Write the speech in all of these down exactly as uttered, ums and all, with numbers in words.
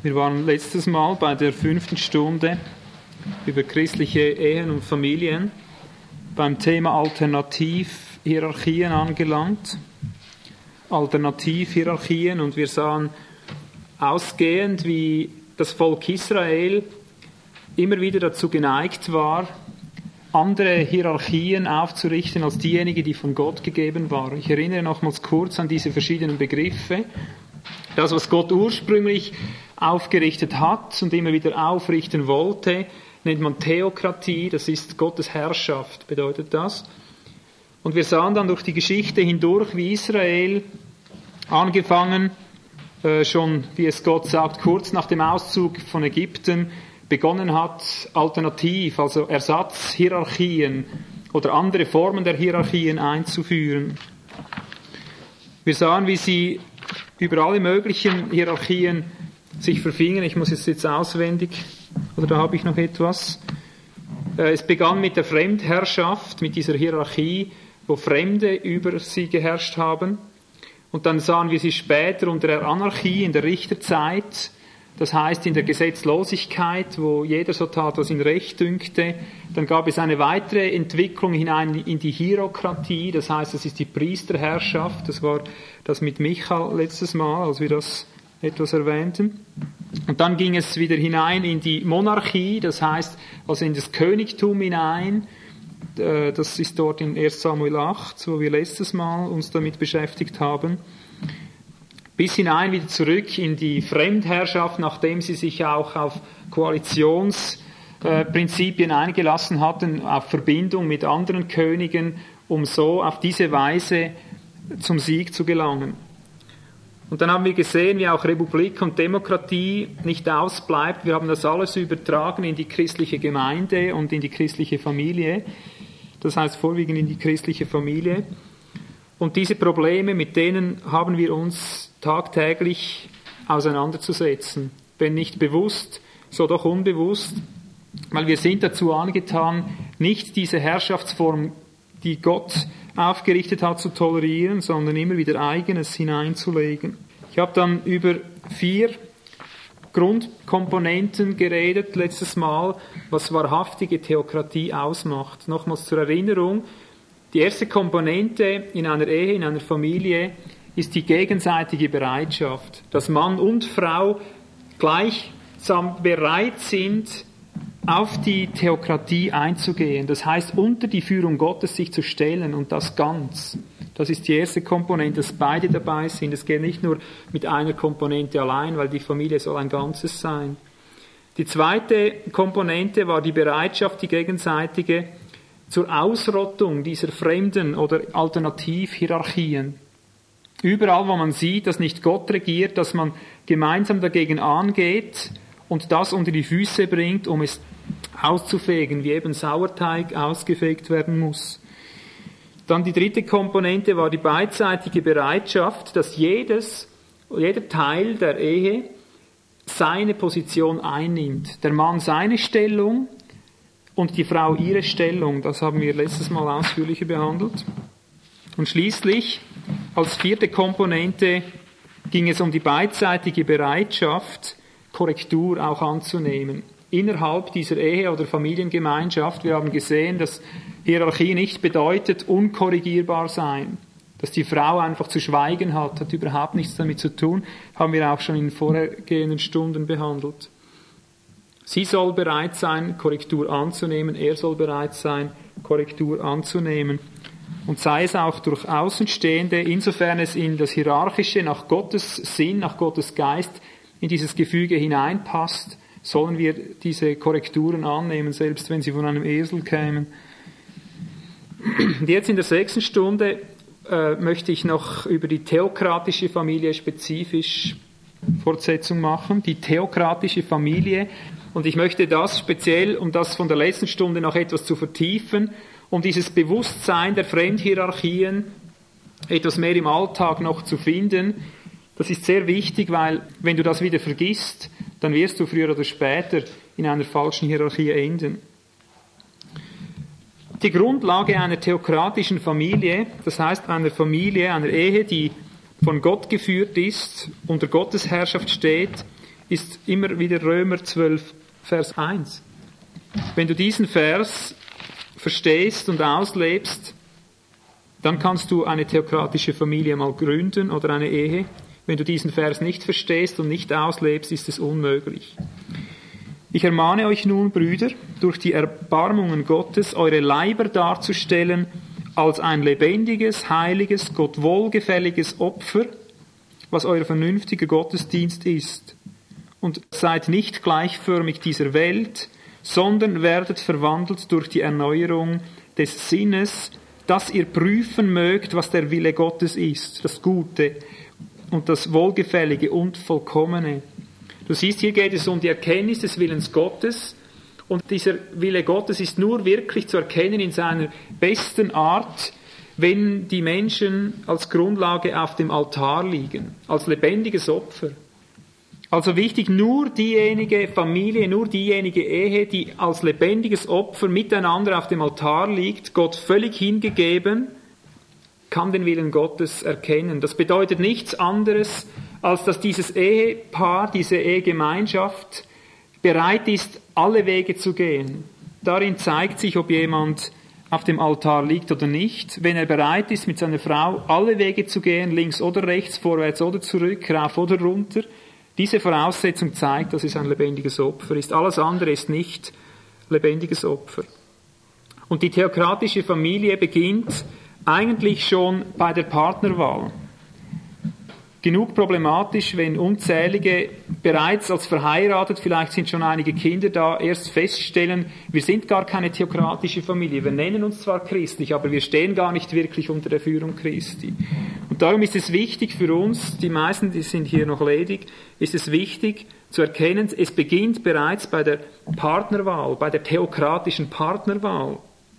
Wir waren letztes Mal bei der fünften Stunde über christliche Ehen und Familien beim Thema Alternativhierarchien angelangt. Alternativhierarchien, und wir sahen ausgehend, wie das Volk Israel immer wieder dazu geneigt war, andere Hierarchien aufzurichten als diejenige, die von Gott gegeben war. Ich erinnere nochmals kurz an diese verschiedenen Begriffe. Das, was Gott ursprünglich aufgerichtet hat und immer wieder aufrichten wollte, nennt man Theokratie, das ist Gottes Herrschaft, bedeutet das. Und wir sahen dann durch die Geschichte hindurch, wie Israel angefangen, äh, schon, wie es Gott sagt, kurz nach dem Auszug von Ägypten, begonnen hat, alternativ, also Ersatzhierarchien oder andere Formen der Hierarchien einzuführen. Wir sahen, wie sie über alle möglichen Hierarchien sich verfingen. Ich muss es jetzt auswendig, oder da habe ich noch etwas. Es begann mit der Fremdherrschaft, mit dieser Hierarchie, wo Fremde über sie geherrscht haben. Und dann sahen wir sie später unter der Anarchie in der Richterzeit, das heißt in der Gesetzlosigkeit, wo jeder so tat, was ihn recht dünkte. Dann gab es eine weitere Entwicklung hinein in die Hierokratie, das heißt, das ist die Priesterherrschaft. Das war das mit Micha letztes Mal, als wir das etwas erwähnten. Und dann ging es wieder hinein in die Monarchie, das heißt also in das Königtum hinein. Das ist dort in erster Samuel acht, wo wir letztes Mal uns damit beschäftigt haben. Bis hinein wieder zurück in die Fremdherrschaft, nachdem sie sich auch auf Koalitionsprinzipien eingelassen hatten, auf Verbindung mit anderen Königen, um so auf diese Weise zum Sieg zu gelangen. Und dann haben wir gesehen, wie auch Republik und Demokratie nicht ausbleibt. Wir haben das alles übertragen in die christliche Gemeinde und in die christliche Familie. Das heißt vorwiegend in die christliche Familie. Und diese Probleme, mit denen haben wir uns tagtäglich auseinanderzusetzen. Wenn nicht bewusst, so doch unbewusst, weil wir sind dazu angetan, nicht diese Herrschaftsform, die Gott aufgerichtet hat, zu tolerieren, sondern immer wieder Eigenes hineinzulegen. Ich habe dann über vier Grundkomponenten geredet letztes Mal, was wahrhaftige Theokratie ausmacht. Nochmals zur Erinnerung, die erste Komponente in einer Ehe, in einer Familie, ist die gegenseitige Bereitschaft, dass Mann und Frau gleichsam bereit sind, auf die Theokratie einzugehen. Das heißt, unter die Führung Gottes sich zu stellen, und das ganz. Das ist die erste Komponente, dass beide dabei sind. Es geht nicht nur mit einer Komponente allein, weil die Familie soll ein Ganzes sein. Die zweite Komponente war die Bereitschaft, die gegenseitige, zur Ausrottung dieser fremden oder Alternativhierarchien. Überall, wo man sieht, dass nicht Gott regiert, dass man gemeinsam dagegen angeht und das unter die Füße bringt, um es auszufegen, wie eben Sauerteig ausgefegt werden muss. Dann die dritte Komponente war die beidseitige Bereitschaft, dass jedes, jeder Teil der Ehe seine Position einnimmt. Der Mann seine Stellung und die Frau ihre Stellung. Das haben wir letztes Mal ausführlicher behandelt. Und schließlich, als vierte Komponente, ging es um die beidseitige Bereitschaft, Korrektur auch anzunehmen. Innerhalb dieser Ehe- oder Familiengemeinschaft, wir haben gesehen, dass Hierarchie nicht bedeutet unkorrigierbar sein. Dass die Frau einfach zu schweigen hat, hat überhaupt nichts damit zu tun, haben wir auch schon in vorhergehenden Stunden behandelt. Sie soll bereit sein, Korrektur anzunehmen, er soll bereit sein, Korrektur anzunehmen. Und sei es auch durch Außenstehende, insofern es in das Hierarchische nach Gottes Sinn, nach Gottes Geist in dieses Gefüge hineinpasst, sollen wir diese Korrekturen annehmen, selbst wenn sie von einem Esel kämen. Und jetzt in der sechsten Stunde äh, möchte ich noch über die theokratische Familie spezifisch Fortsetzung machen. Die theokratische Familie. Und ich möchte das speziell, um das von der letzten Stunde noch etwas zu vertiefen, um dieses Bewusstsein der Fremdhierarchien etwas mehr im Alltag noch zu finden. Das ist sehr wichtig, weil wenn du das wieder vergisst, dann wirst du früher oder später in einer falschen Hierarchie enden. Die Grundlage einer theokratischen Familie, das heißt einer Familie, einer Ehe, die von Gott geführt ist, unter Gottes Herrschaft steht, ist immer wieder Römer zwölf, Vers eins. Wenn du diesen Vers verstehst und auslebst, dann kannst du eine theokratische Familie mal gründen oder eine Ehe. Wenn du diesen Vers nicht verstehst und nicht auslebst, ist es unmöglich. Ich ermahne euch nun, Brüder, durch die Erbarmungen Gottes, eure Leiber darzustellen als ein lebendiges, heiliges, Gott wohlgefälliges Opfer, was euer vernünftiger Gottesdienst ist. Und seid nicht gleichförmig dieser Welt, sondern werdet verwandelt durch die Erneuerung des Sinnes, dass ihr prüfen mögt, was der Wille Gottes ist, das Gute und das Wohlgefällige und Vollkommene. Du siehst, hier geht es um die Erkenntnis des Willens Gottes, und dieser Wille Gottes ist nur wirklich zu erkennen in seiner besten Art, wenn die Menschen als Grundlage auf dem Altar liegen, als lebendiges Opfer. Also wichtig, nur diejenige Familie, nur diejenige Ehe, die als lebendiges Opfer miteinander auf dem Altar liegt, Gott völlig hingegeben, kann den Willen Gottes erkennen. Das bedeutet nichts anderes, als dass dieses Ehepaar, diese Ehegemeinschaft bereit ist, alle Wege zu gehen. Darin zeigt sich, ob jemand auf dem Altar liegt oder nicht. Wenn er bereit ist, mit seiner Frau alle Wege zu gehen, links oder rechts, vorwärts oder zurück, rauf oder runter, diese Voraussetzung zeigt, dass es ein lebendiges Opfer ist. Alles andere ist nicht lebendiges Opfer. Und die theokratische Familie beginnt eigentlich schon bei der Partnerwahl. Genug problematisch, wenn Unzählige bereits als verheiratet, vielleicht sind schon einige Kinder da, erst feststellen, wir sind gar keine theokratische Familie. Wir nennen uns zwar christlich, aber wir stehen gar nicht wirklich unter der Führung Christi. Und darum ist es wichtig für uns, die meisten, die sind hier noch ledig, ist es wichtig zu erkennen, es beginnt bereits bei der Partnerwahl, bei der theokratischen Partnerwahl.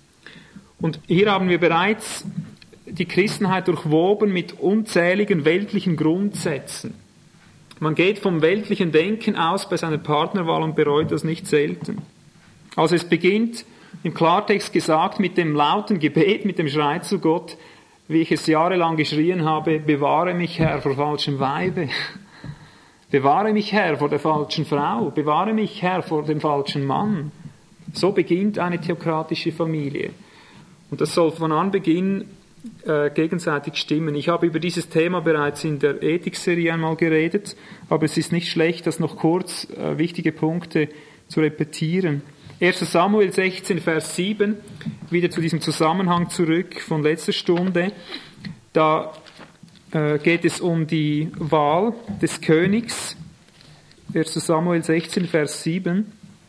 Und hier haben wir bereits die Christenheit durchwoben mit unzähligen weltlichen Grundsätzen. Man geht vom weltlichen Denken aus bei seiner Partnerwahl und bereut das nicht selten. Also es beginnt, im Klartext gesagt, mit dem lauten Gebet, mit dem Schrei zu Gott, wie ich es jahrelang geschrien habe, bewahre mich, Herr, vor falschem Weibe. Bewahre mich, Herr, vor der falschen Frau. Bewahre mich, Herr, vor dem falschen Mann. So beginnt eine theokratische Familie. Und das soll von Anbeginn äh, gegenseitig stimmen. Ich habe über dieses Thema bereits in der Ethikserie einmal geredet, aber es ist nicht schlecht, das noch kurz äh, wichtige Punkte zu repetieren. erster Samuel sechzehn, Vers sieben, wieder zu diesem Zusammenhang zurück von letzter Stunde. Da äh, geht es um die Wahl des Königs. erster Samuel sechzehn, Vers sieben.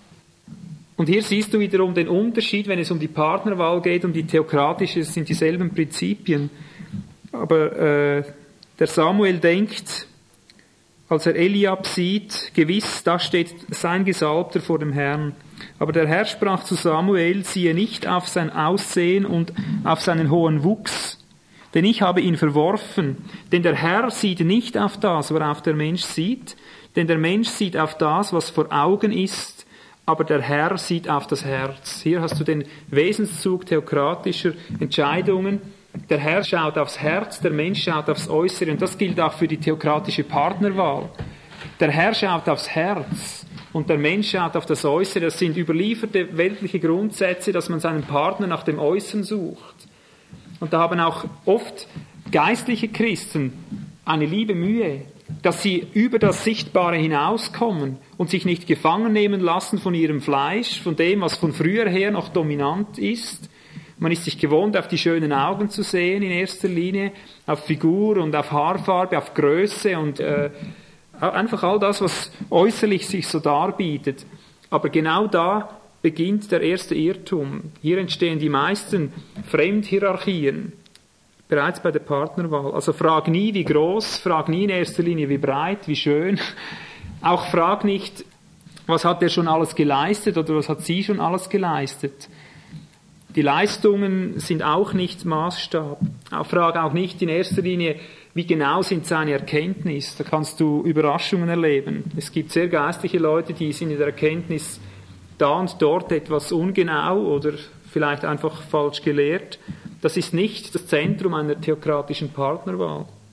Und hier siehst du wiederum den Unterschied, wenn es um die Partnerwahl geht, um die theokratische, es sind dieselben Prinzipien. Aber äh, der Samuel denkt, als er Eliab sieht, gewiss, da steht sein Gesalbter vor dem Herrn. Aber der Herr sprach zu Samuel, siehe nicht auf sein Aussehen und auf seinen hohen Wuchs, denn ich habe ihn verworfen. Denn der Herr sieht nicht auf das, worauf der Mensch sieht, denn der Mensch sieht auf das, was vor Augen ist, aber der Herr sieht auf das Herz. Hier hast du den Wesenszug theokratischer Entscheidungen. Der Herr schaut aufs Herz, der Mensch schaut aufs Äußere. Und das gilt auch für die theokratische Partnerwahl. Der Herr schaut aufs Herz und der Mensch schaut auf das Äußere. Das sind überlieferte weltliche Grundsätze, dass man seinen Partner nach dem Äußeren sucht. Und da haben auch oft geistliche Christen eine liebe Mühe, dass sie über das Sichtbare hinauskommen und sich nicht gefangen nehmen lassen von ihrem Fleisch, von dem, was von früher her noch dominant ist. Man ist sich gewohnt, auf die schönen Augen zu sehen in erster Linie, auf Figur und auf Haarfarbe, auf Größe und äh, einfach all das, was äußerlich sich so darbietet. Aber genau da beginnt der erste Irrtum. Hier entstehen die meisten Fremdhierarchien. Bereits bei der Partnerwahl. Also frag nie, wie groß, frag nie in erster Linie, wie breit, wie schön. Auch frag nicht, was hat er schon alles geleistet oder was hat sie schon alles geleistet. Die Leistungen sind auch nicht Maßstab. Auch frag auch nicht in erster Linie, wie genau sind seine Erkenntnisse. Da kannst du Überraschungen erleben. Es gibt sehr geistliche Leute, die sind in der Erkenntnis da und dort etwas ungenau oder vielleicht einfach falsch gelehrt. Das ist nicht das Zentrum einer theokratischen Partnerwahl.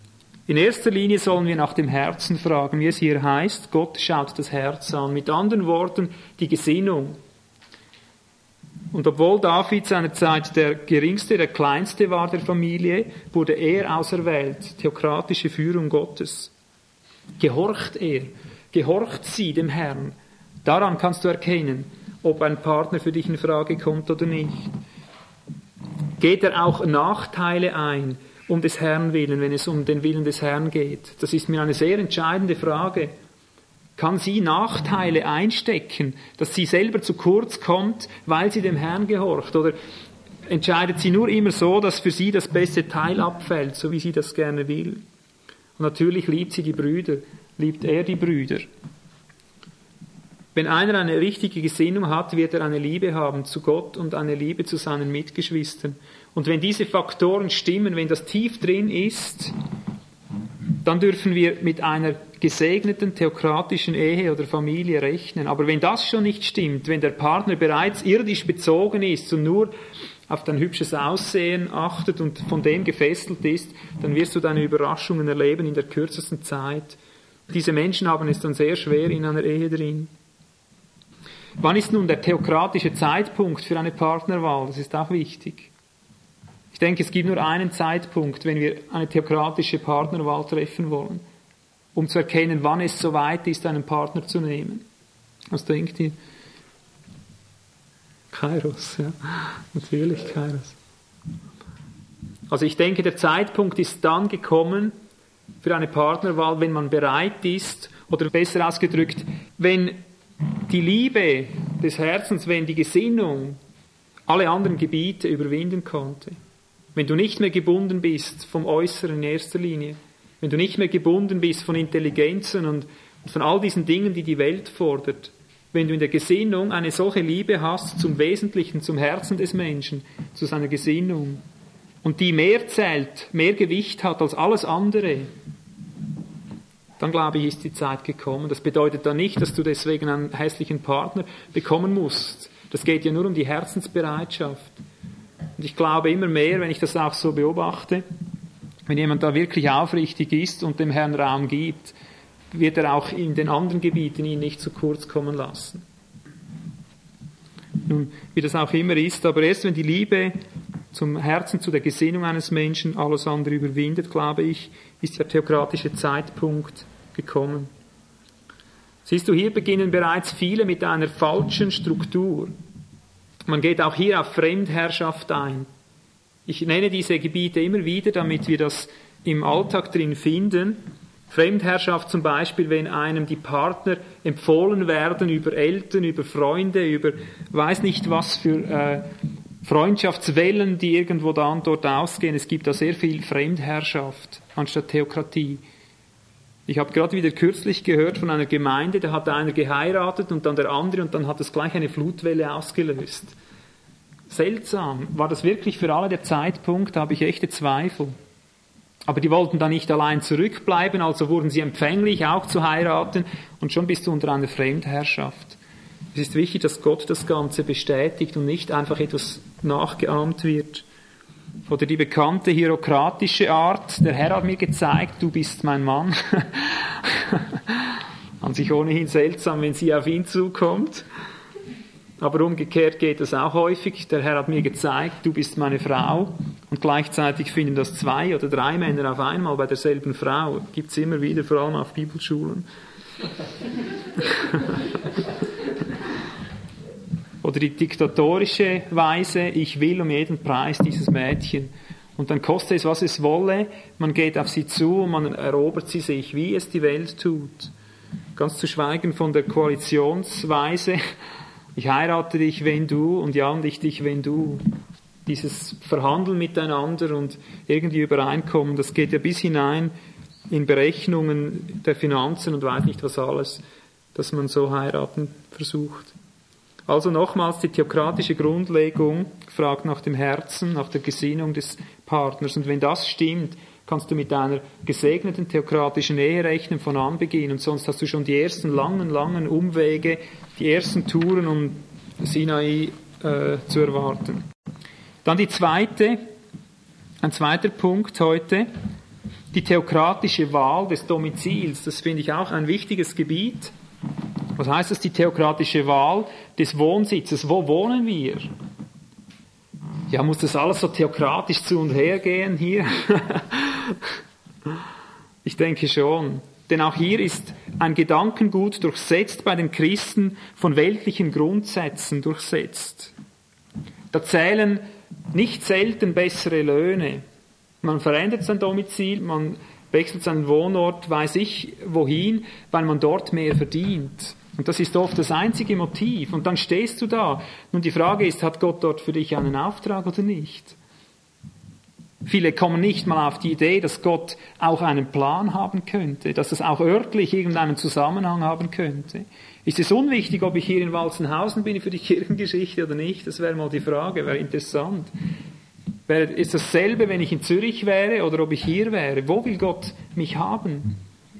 In erster Linie sollen wir nach dem Herzen fragen, wie es hier heißt. Gott schaut das Herz an. Mit anderen Worten, die Gesinnung. Und obwohl David seinerzeit der geringste, der kleinste war der Familie, wurde er auserwählt. Theokratische Führung Gottes. Gehorcht er, gehorcht sie dem Herrn. Daran kannst du erkennen, ob ein Partner für dich in Frage kommt oder nicht. Geht er auch Nachteile ein, um des Herrn willen, wenn es um den Willen des Herrn geht? Das ist mir eine sehr entscheidende Frage. Kann sie Nachteile einstecken, dass sie selber zu kurz kommt, weil sie dem Herrn gehorcht? Oder entscheidet sie nur immer so, dass für sie das beste Teil abfällt, so wie sie das gerne will? Und natürlich liebt sie die Brüder, liebt er die Brüder. Wenn einer eine richtige Gesinnung hat, wird er eine Liebe haben zu Gott und eine Liebe zu seinen Mitgeschwistern. Und wenn diese Faktoren stimmen, wenn das tief drin ist, dann dürfen wir mit einer gesegneten theokratischen Ehe oder Familie rechnen. Aber wenn das schon nicht stimmt, wenn der Partner bereits irdisch bezogen ist und nur auf dein hübsches Aussehen achtet und von dem gefesselt ist, dann wirst du deine Überraschungen erleben in der kürzesten Zeit. Diese Menschen haben es dann sehr schwer in einer Ehe drin. Wann ist nun der theokratische Zeitpunkt für eine Partnerwahl? Das ist auch wichtig. Ich denke, es gibt nur einen Zeitpunkt, wenn wir eine theokratische Partnerwahl treffen wollen, um zu erkennen, wann es soweit ist, einen Partner zu nehmen. Was denkt ihr? Kairos, ja. Natürlich Kairos. Also ich denke, der Zeitpunkt ist dann gekommen für eine Partnerwahl, wenn man bereit ist, oder besser ausgedrückt, wenn die Liebe des Herzens, wenn die Gesinnung alle anderen Gebiete überwinden konnte. Wenn du nicht mehr gebunden bist vom Äußeren in erster Linie, wenn du nicht mehr gebunden bist von Intelligenzen und von all diesen Dingen, die die Welt fordert, wenn du in der Gesinnung eine solche Liebe hast zum Wesentlichen, zum Herzen des Menschen, zu seiner Gesinnung, und die mehr zählt, mehr Gewicht hat als alles andere, dann glaube ich, ist die Zeit gekommen. Das bedeutet dann nicht, dass du deswegen einen hässlichen Partner bekommen musst. Das geht ja nur um die Herzensbereitschaft. Und ich glaube immer mehr, wenn ich das auch so beobachte, wenn jemand da wirklich aufrichtig ist und dem Herrn Raum gibt, wird er auch in den anderen Gebieten ihn nicht zu kurz kommen lassen. Nun, wie das auch immer ist, aber erst wenn die Liebe zum Herzen, zu der Gesinnung eines Menschen alles andere überwindet, glaube ich, ist der theokratische Zeitpunkt gekommen. Siehst du, hier beginnen bereits viele mit einer falschen Struktur. Man geht auch hier auf Fremdherrschaft ein. Ich nenne diese Gebiete immer wieder, damit wir das im Alltag drin finden. Fremdherrschaft zum Beispiel, wenn einem die Partner empfohlen werden über Eltern, über Freunde, über weiß nicht was für äh, Freundschaftswellen, die irgendwo da und dort ausgehen. Es gibt da sehr viel Fremdherrschaft anstatt Theokratie. Ich habe gerade wieder kürzlich gehört von einer Gemeinde, da hat einer geheiratet und dann der andere und dann hat es gleich eine Flutwelle ausgelöst. Seltsam. War das wirklich für alle der Zeitpunkt? Da habe ich echte Zweifel. Aber die wollten da nicht allein zurückbleiben, also wurden sie empfänglich, auch zu heiraten, und schon bist du unter einer Fremdherrschaft. Es ist wichtig, dass Gott das Ganze bestätigt und nicht einfach etwas nachgeahmt wird. Oder die bekannte hierokratische Art, der Herr hat mir gezeigt, du bist mein Mann. An sich ohnehin seltsam, wenn sie auf ihn zukommt. Aber umgekehrt geht das auch häufig. Der Herr hat mir gezeigt, du bist meine Frau. Und gleichzeitig finden das zwei oder drei Männer auf einmal bei derselben Frau. Gibt es immer wieder, vor allem auf Bibelschulen. Oder die diktatorische Weise, ich will um jeden Preis dieses Mädchen. Und dann kostet es, was es wolle, man geht auf sie zu und man erobert sie sich, wie es die Welt tut. Ganz zu schweigen von der Koalitionsweise, ich heirate dich, wenn du, und ja, und ich dich, wenn du. Dieses Verhandeln miteinander und irgendwie übereinkommen, das geht ja bis hinein in Berechnungen der Finanzen und weiß nicht was alles, dass man so heiraten versucht. Also nochmals die theokratische Grundlegung, fragt nach dem Herzen, nach der Gesinnung des Partners. Und wenn das stimmt, kannst du mit einer gesegneten theokratischen Ehe rechnen von Anbeginn. Und sonst hast du schon die ersten langen, langen Umwege, die ersten Touren, um Sinai äh, zu erwarten. Dann die zweite, ein zweiter Punkt heute. Die theokratische Wahl des Domizils, das finde ich auch ein wichtiges Gebiet. Was heißt das, die theokratische Wahl des Wohnsitzes? Wo wohnen wir? Ja, muss das alles so theokratisch zu und her gehen hier? Ich denke schon. Denn auch hier ist ein Gedankengut durchsetzt bei den Christen von weltlichen Grundsätzen durchsetzt. Da zählen nicht selten bessere Löhne. Man verändert sein Domizil, man wechselt seinen Wohnort, weiß ich wohin, weil man dort mehr verdient. Und das ist oft das einzige Motiv. Und dann stehst du da. Nun die Frage ist, hat Gott dort für dich einen Auftrag oder nicht? Viele kommen nicht mal auf die Idee, dass Gott auch einen Plan haben könnte, dass es auch örtlich irgendeinen Zusammenhang haben könnte. Ist es unwichtig, ob ich hier in Walzenhausen bin für die Kirchengeschichte oder nicht? Das wäre mal die Frage, wäre interessant. Wäre es dasselbe, wenn ich in Zürich wäre oder ob ich hier wäre? Wo will Gott mich haben?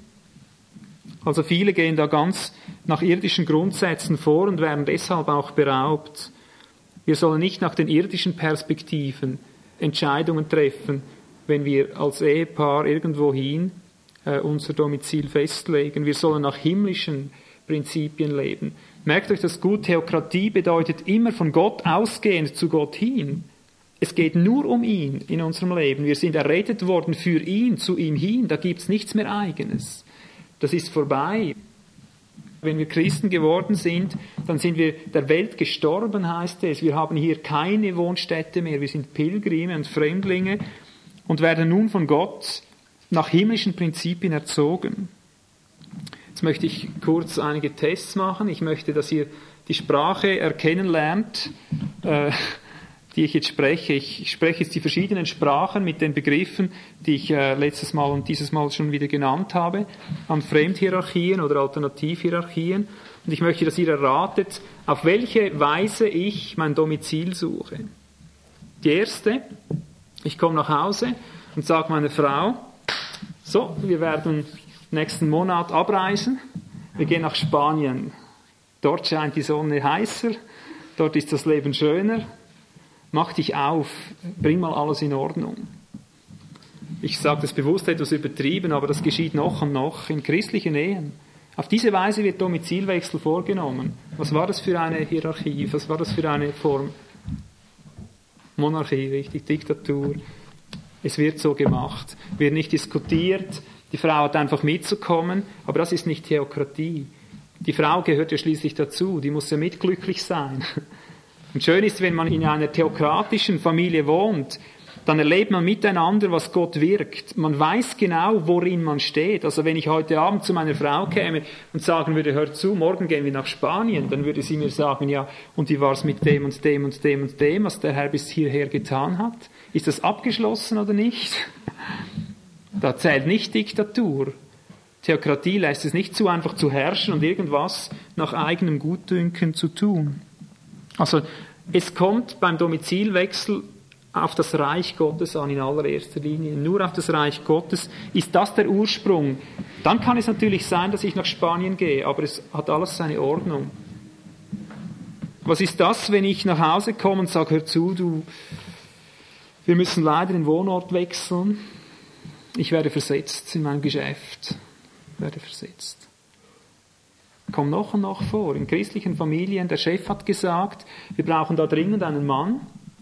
Also viele gehen da ganz nach irdischen Grundsätzen vor und werden deshalb auch beraubt. Wir sollen nicht nach den irdischen Perspektiven Entscheidungen treffen, wenn wir als Ehepaar irgendwohin äh, unser Domizil festlegen. Wir sollen nach himmlischen Prinzipien leben. Merkt euch das gut, Theokratie bedeutet immer von Gott ausgehend zu Gott hin. Es geht nur um ihn in unserem Leben. Wir sind errettet worden für ihn, zu ihm hin. Da gibt's nichts mehr Eigenes. Das ist vorbei. Wenn wir Christen geworden sind, dann sind wir der Welt gestorben, heißt es. Wir haben hier keine Wohnstätte mehr. Wir sind Pilgrime und Fremdlinge und werden nun von Gott nach himmlischen Prinzipien erzogen. Jetzt möchte ich kurz einige Tests machen. Ich möchte, dass ihr die Sprache erkennen lernt, äh, die ich jetzt spreche. Ich spreche jetzt die verschiedenen Sprachen mit den Begriffen, die ich äh, letztes Mal und dieses Mal schon wieder genannt habe, an Fremdhierarchien oder Alternativhierarchien. Und ich möchte, dass ihr erratet, auf welche Weise ich mein Domizil suche. Die erste, ich komme nach Hause und sage meiner Frau, so, wir werden nächsten Monat abreisen, wir gehen nach Spanien. Dort scheint die Sonne heißer, dort ist das Leben schöner. Mach dich auf, bring mal alles in Ordnung. Ich sage das bewusst etwas übertrieben, aber das geschieht noch und noch in christlichen Ehen. Auf diese Weise wird Domizilwechsel vorgenommen. Was war das für eine Hierarchie? Was war das für eine Form? Monarchie, richtig, Diktatur. Es wird so gemacht, wird nicht diskutiert. Die Frau hat einfach mitzukommen, aber das ist nicht Theokratie. Die Frau gehört ja schließlich dazu, die muss ja mitglücklich sein. Und schön ist, wenn man in einer theokratischen Familie wohnt, dann erlebt man miteinander, was Gott wirkt. Man weiß genau, worin man steht. Also wenn ich heute Abend zu meiner Frau käme und sagen würde, hör zu, morgen gehen wir nach Spanien, dann würde sie mir sagen, ja, und wie war es mit dem und dem und dem und dem, was der Herr bis hierher getan hat? Ist das abgeschlossen oder nicht? Da zählt nicht Diktatur. Theokratie lässt es nicht zu, einfach zu herrschen und irgendwas nach eigenem Gutdünken zu tun. Also es kommt beim Domizilwechsel auf das Reich Gottes an in allererster Linie. Nur auf das Reich Gottes ist das der Ursprung. Dann kann es natürlich sein, dass ich nach Spanien gehe, aber es hat alles seine Ordnung. Was ist das, wenn ich nach Hause komme und sage, hör zu, du, wir müssen leider den Wohnort wechseln. Ich werde versetzt in meinem Geschäft. Ich werde versetzt. Kommt noch und noch vor. In christlichen Familien, der Chef hat gesagt, wir brauchen da dringend einen Mann.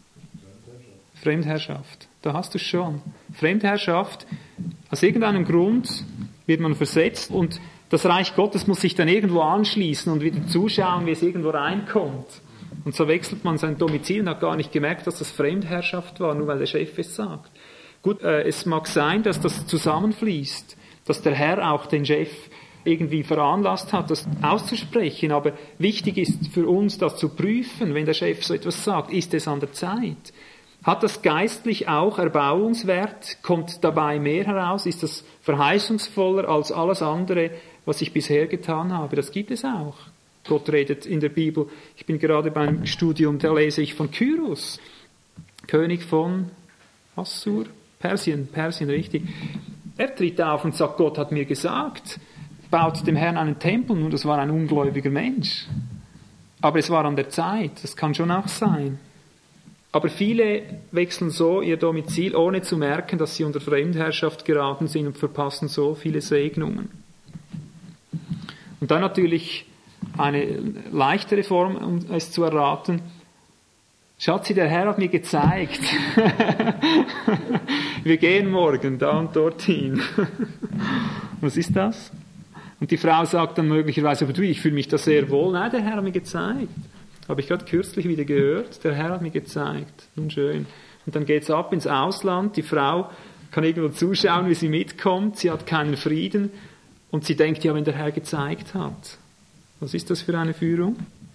Fremdherrschaft. Da hast du es schon. Fremdherrschaft. Aus irgendeinem Grund wird man versetzt und das Reich Gottes muss sich dann irgendwo anschließen und wieder zuschauen, wie es irgendwo reinkommt. Und so wechselt man sein Domizil und hat gar nicht gemerkt, dass das Fremdherrschaft war, nur weil der Chef es sagt. Gut, äh, es mag sein, dass das zusammenfließt, dass der Herr auch den Chef irgendwie veranlasst hat, das auszusprechen. Aber wichtig ist für uns, das zu prüfen, wenn der Chef so etwas sagt, ist es an der Zeit? Hat das geistlich auch Erbauungswert? Kommt dabei mehr heraus? Ist das verheißungsvoller als alles andere, was ich bisher getan habe? Das gibt es auch. Gott redet in der Bibel. Ich bin gerade beim Studium, da lese ich von Kyros, König von Assur, Persien, Persien, richtig. Er tritt auf und sagt, Gott hat mir gesagt, baut dem Herrn einen Tempel. Nun, das war ein ungläubiger Mensch. Aber es war an der Zeit, das kann schon auch sein. Aber viele wechseln so ihr Domizil, ohne zu merken, dass sie unter Fremdherrschaft geraten sind und verpassen so viele Segnungen. Und dann natürlich eine leichtere Form, um es zu erraten. Schatzi, der Herr hat mir gezeigt. Wir gehen morgen da und dorthin. Was ist das? Und die Frau sagt dann möglicherweise, aber du, ich fühle mich da sehr wohl. Nein, der Herr hat mir gezeigt. Habe ich gerade kürzlich wieder gehört. Der Herr hat mir gezeigt. Nun schön. Und dann geht's ab ins Ausland. Die Frau kann irgendwo zuschauen, wie sie mitkommt. Sie hat keinen Frieden. Und sie denkt, ja, wenn der Herr gezeigt hat. Was ist das für eine Führung?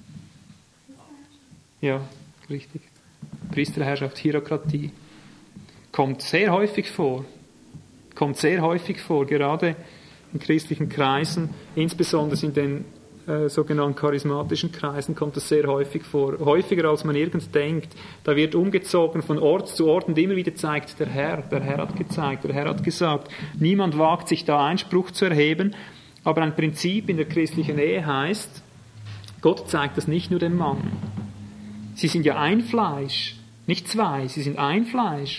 Ja, richtig. Priesterherrschaft, Hierokratie. Kommt sehr häufig vor. Kommt sehr häufig vor, gerade in christlichen Kreisen, insbesondere in den äh, sogenannten charismatischen Kreisen kommt das sehr häufig vor. Häufiger als man irgend denkt. Da wird umgezogen von Ort zu Ort und immer wieder zeigt der Herr, der Herr hat gezeigt, der Herr hat gesagt. Niemand wagt sich da Einspruch zu erheben, aber ein Prinzip in der christlichen Ehe heißt, Gott zeigt das nicht nur dem Mann. Sie sind ja ein Fleisch, nicht zwei, sie sind ein Fleisch.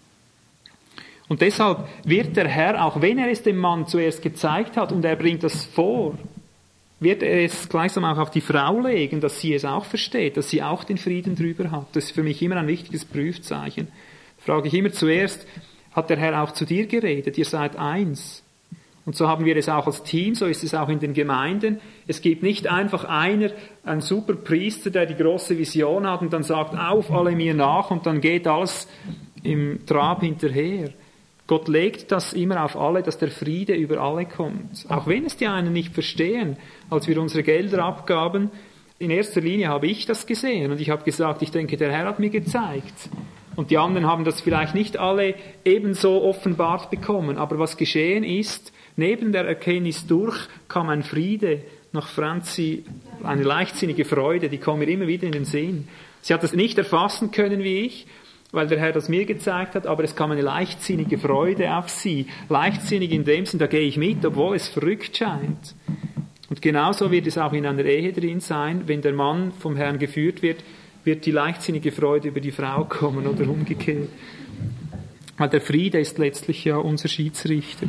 Und deshalb wird der Herr, auch wenn er es dem Mann zuerst gezeigt hat und er bringt das vor, wird er es gleichsam auch auf die Frau legen, dass sie es auch versteht, dass sie auch den Frieden drüber hat. Das ist für mich immer ein wichtiges Prüfzeichen. Da frage ich immer zuerst, hat der Herr auch zu dir geredet? Ihr seid eins. Und so haben wir es auch als Team, so ist es auch in den Gemeinden. Es gibt nicht einfach einer, ein super Priester, der die große Vision hat und dann sagt, auf, alle mir nach und dann geht alles im Trab hinterher. Gott legt das immer auf alle, dass der Friede über alle kommt. Auch wenn es die einen nicht verstehen. Als wir unsere Gelder abgaben, in erster Linie habe ich das gesehen und ich habe gesagt, ich denke, der Herr hat mir gezeigt. Und die anderen haben das vielleicht nicht alle ebenso offenbart bekommen. Aber was geschehen ist, neben der Erkenntnis durch kam ein Friede nach Franzi, eine leichtsinnige Freude, die kommt mir immer wieder in den Sinn. Sie hat das nicht erfassen können wie ich, weil der Herr das mir gezeigt hat, aber es kam eine leichtsinnige Freude auf sie. Leichtsinnig in dem Sinn, da gehe ich mit, obwohl es verrückt scheint. Und genauso wird es auch in einer Ehe drin sein, wenn der Mann vom Herrn geführt wird, wird die leichtsinnige Freude über die Frau kommen oder umgekehrt. Weil der Friede ist letztlich ja unser Schiedsrichter.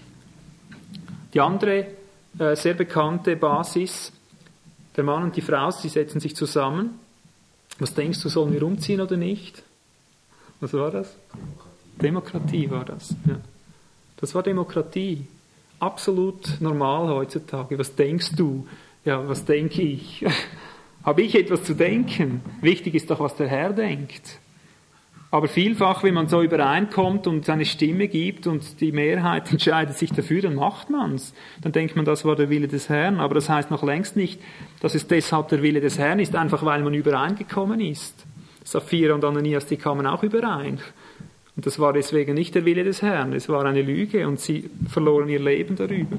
Die andere äh, sehr bekannte Basis, der Mann und die Frau, sie setzen sich zusammen. Was denkst du, sollen wir umziehen oder nicht? Was war das? Demokratie, Demokratie war das. Ja. Das war Demokratie. Absolut normal heutzutage. Was denkst du? Ja, was denke ich? Habe ich etwas zu denken? Wichtig ist doch, was der Herr denkt. Aber vielfach, wenn man so übereinkommt und seine Stimme gibt und die Mehrheit entscheidet sich dafür, dann macht man's. Dann denkt man, das war der Wille des Herrn. Aber das heißt noch längst nicht, dass es deshalb der Wille des Herrn ist, einfach weil man übereingekommen ist. Sapphira und Ananias, die kamen auch überein. Und das war deswegen nicht der Wille des Herrn. Es war eine Lüge und sie verloren ihr Leben darüber.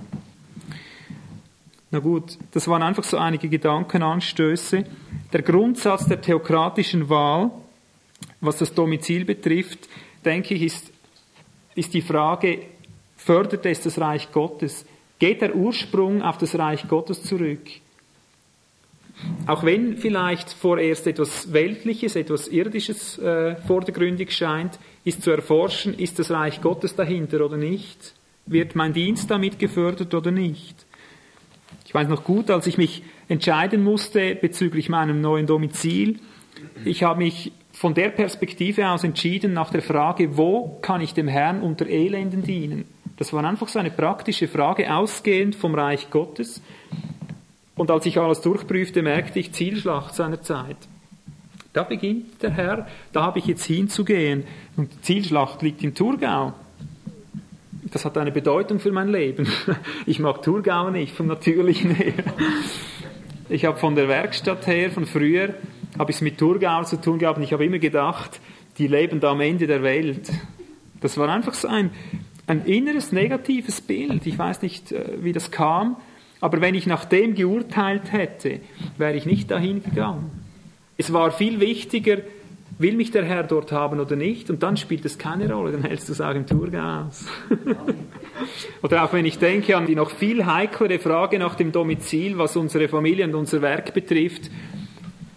Na gut, das waren einfach so einige Gedankenanstöße. Der Grundsatz der theokratischen Wahl, was das Domizil betrifft, denke ich, ist, ist die Frage, fördert es das Reich Gottes? Geht der Ursprung auf das Reich Gottes zurück? Auch wenn vielleicht vorerst etwas Weltliches, etwas Irdisches äh, vordergründig scheint, ist zu erforschen, ist das Reich Gottes dahinter oder nicht? Wird mein Dienst damit gefördert oder nicht? Ich weiß noch gut, als ich mich entscheiden musste bezüglich meinem neuen Domizil, ich habe mich von der Perspektive aus entschieden nach der Frage, wo kann ich dem Herrn unter Elenden dienen? Das war einfach so eine praktische Frage, ausgehend vom Reich Gottes. Und als ich alles durchprüfte, merkte ich Zielschlacht seiner Zeit. Da beginnt der Herr, da habe ich jetzt hinzugehen. Und die Zielschlacht liegt im Thurgau. Das hat eine Bedeutung für mein Leben. Ich mag Thurgau nicht, vom Natürlichen her. Ich habe von der Werkstatt her, von früher, habe ich es mit Thurgau zu tun gehabt und ich habe immer gedacht, die leben da am Ende der Welt. Das war einfach so ein, ein inneres negatives Bild. Ich weiß nicht, wie das kam, aber wenn ich nach dem geurteilt hätte, wäre ich nicht dahin gegangen. Es war viel wichtiger, will mich der Herr dort haben oder nicht, und dann spielt es keine Rolle, dann hältst du es auch im Thurgau aus. Oder auch wenn ich denke an die noch viel heiklere Frage nach dem Domizil, was unsere Familie und unser Werk betrifft.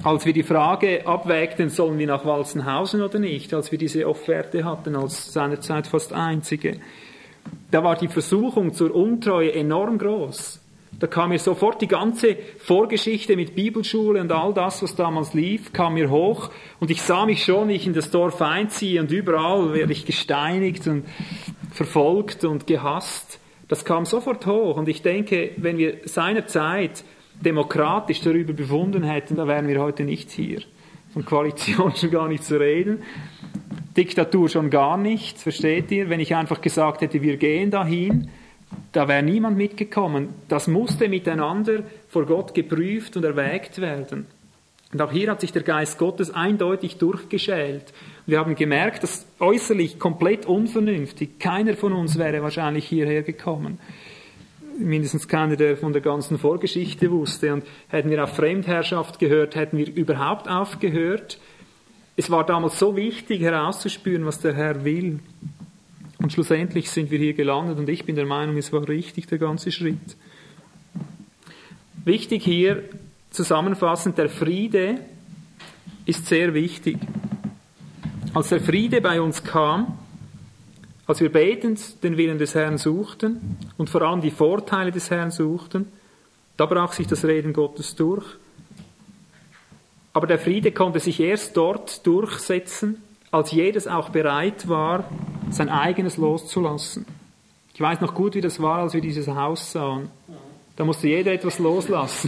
als wir die Frage abwägten, sollen wir nach Walzenhausen oder nicht, als wir diese Offerte hatten, als seinerzeit fast einzige, da war die Versuchung zur Untreue enorm groß. Da kam mir sofort die ganze Vorgeschichte mit Bibelschule und all das, was damals lief, kam mir hoch und ich sah mich schon, wie ich in das Dorf einziehe und überall werde ich gesteinigt und verfolgt und gehasst. Das kam sofort hoch und ich denke, wenn wir seinerzeit demokratisch darüber befunden hätten, da wären wir heute nicht hier. Von Koalition schon gar nicht zu reden. Diktatur schon gar nicht, versteht ihr? Wenn ich einfach gesagt hätte, wir gehen dahin, da wäre niemand mitgekommen. Das musste miteinander vor Gott geprüft und erwägt werden. Und auch hier hat sich der Geist Gottes eindeutig durchgeschält. Wir haben gemerkt, dass äußerlich komplett unvernünftig, keiner von uns wäre wahrscheinlich hierher gekommen. Mindestens keiner, der von der ganzen Vorgeschichte wusste. Und hätten wir auf Fremdherrschaft gehört, hätten wir überhaupt aufgehört. Es war damals so wichtig herauszuspüren, was der Herr will. Und schlussendlich sind wir hier gelandet und ich bin der Meinung, es war richtig, der ganze Schritt. Wichtig hier, zusammenfassend, der Friede ist sehr wichtig. Als der Friede bei uns kam, als wir betend den Willen des Herrn suchten und vor allem die Vorteile des Herrn suchten, da brach sich das Reden Gottes durch. Aber der Friede konnte sich erst dort durchsetzen, als jedes auch bereit war, sein eigenes loszulassen. Ich weiß noch gut, wie das war, als wir dieses Haus sahen. Da musste jeder etwas loslassen.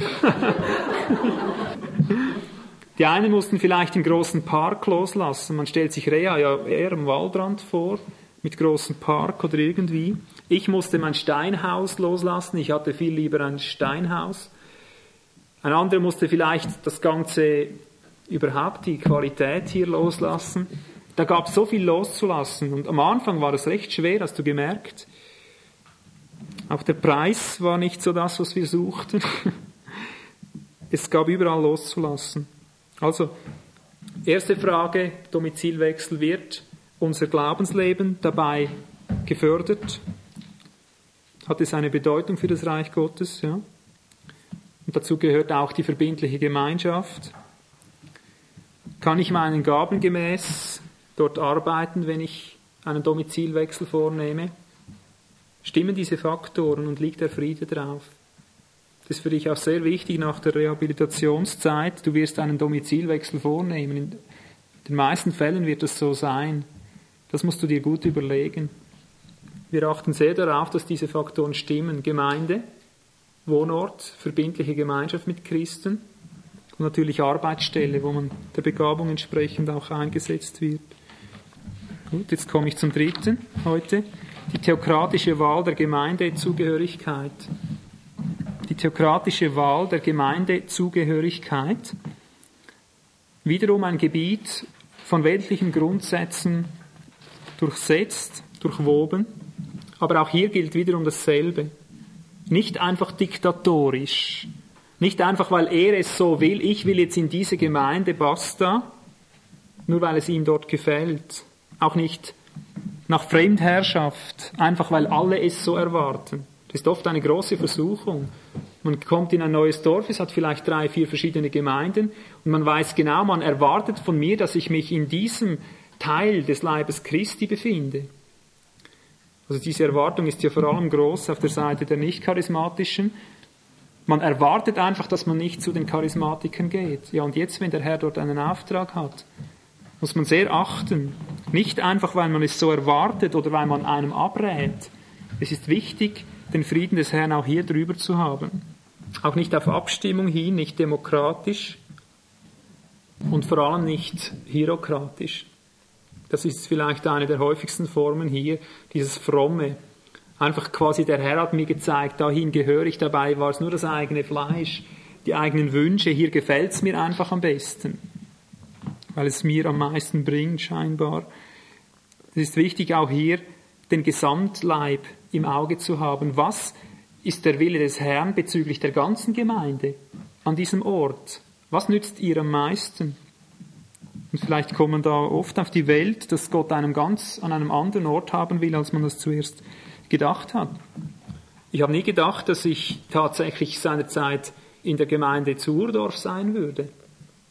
Die einen mussten vielleicht den großen Park loslassen. Man stellt sich Reha ja eher am Waldrand vor, mit großem Park oder irgendwie. Ich musste mein Steinhaus loslassen. Ich hatte viel lieber ein Steinhaus. Ein anderer musste vielleicht das Ganze, überhaupt die Qualität hier loslassen. Da gab es so viel loszulassen. Und am Anfang war es recht schwer, hast du gemerkt. Auch der Preis war nicht so das, was wir suchten. Es gab überall loszulassen. Also, erste Frage, Domizilwechsel, wird unser Glaubensleben dabei gefördert? Hat es eine Bedeutung für das Reich Gottes? Ja. Und dazu gehört auch die verbindliche Gemeinschaft. Kann ich meinen Gaben gemäß dort arbeiten, wenn ich einen Domizilwechsel vornehme? Stimmen diese Faktoren und liegt der Friede drauf? Das ist für dich auch sehr wichtig nach der Rehabilitationszeit. Du wirst einen Domizilwechsel vornehmen. In den meisten Fällen wird das so sein. Das musst du dir gut überlegen. Wir achten sehr darauf, dass diese Faktoren stimmen. Gemeinde, Wohnort, verbindliche Gemeinschaft mit Christen und natürlich Arbeitsstelle, wo man der Begabung entsprechend auch eingesetzt wird. Gut, jetzt komme ich zum dritten heute. Die theokratische Wahl der Gemeindezugehörigkeit. Die theokratische Wahl der Gemeindezugehörigkeit. Wiederum ein Gebiet von weltlichen Grundsätzen durchsetzt, durchwoben. Aber auch hier gilt wiederum dasselbe. Nicht einfach diktatorisch. Nicht einfach, weil er es so will, ich will jetzt in diese Gemeinde, basta. Nur weil es ihm dort gefällt. Auch nicht nach Fremdherrschaft. Einfach, weil alle es so erwarten. Das ist oft eine große Versuchung. Man kommt in ein neues Dorf, es hat vielleicht drei, vier verschiedene Gemeinden und man weiß genau, man erwartet von mir, dass ich mich in diesem Teil des Leibes Christi befinde. Also diese Erwartung ist ja vor allem groß auf der Seite der Nicht-Charismatischen. Man erwartet einfach, dass man nicht zu den Charismatikern geht. Ja, und jetzt, wenn der Herr dort einen Auftrag hat, muss man sehr achten. Nicht einfach, weil man es so erwartet oder weil man einem abrät. Es ist wichtig, den Frieden des Herrn auch hier drüber zu haben. Auch nicht auf Abstimmung hin, nicht demokratisch und vor allem nicht hierokratisch. Das ist vielleicht eine der häufigsten Formen hier, dieses Fromme. Einfach quasi, der Herr hat mir gezeigt, dahin gehöre ich, dabei war es nur das eigene Fleisch, die eigenen Wünsche, hier gefällt es mir einfach am besten, weil es mir am meisten bringt, scheinbar. Es ist wichtig, auch hier den Gesamtleib im Auge zu haben. Was ist der Wille des Herrn bezüglich der ganzen Gemeinde an diesem Ort? Was nützt ihr am meisten? Und vielleicht kommt man da oft auf die Welt, dass Gott einen ganz an einem anderen Ort haben will, als man das zuerst gedacht hat. Ich habe nie gedacht, dass ich tatsächlich seinerzeit in der Gemeinde zu Urdorf sein würde.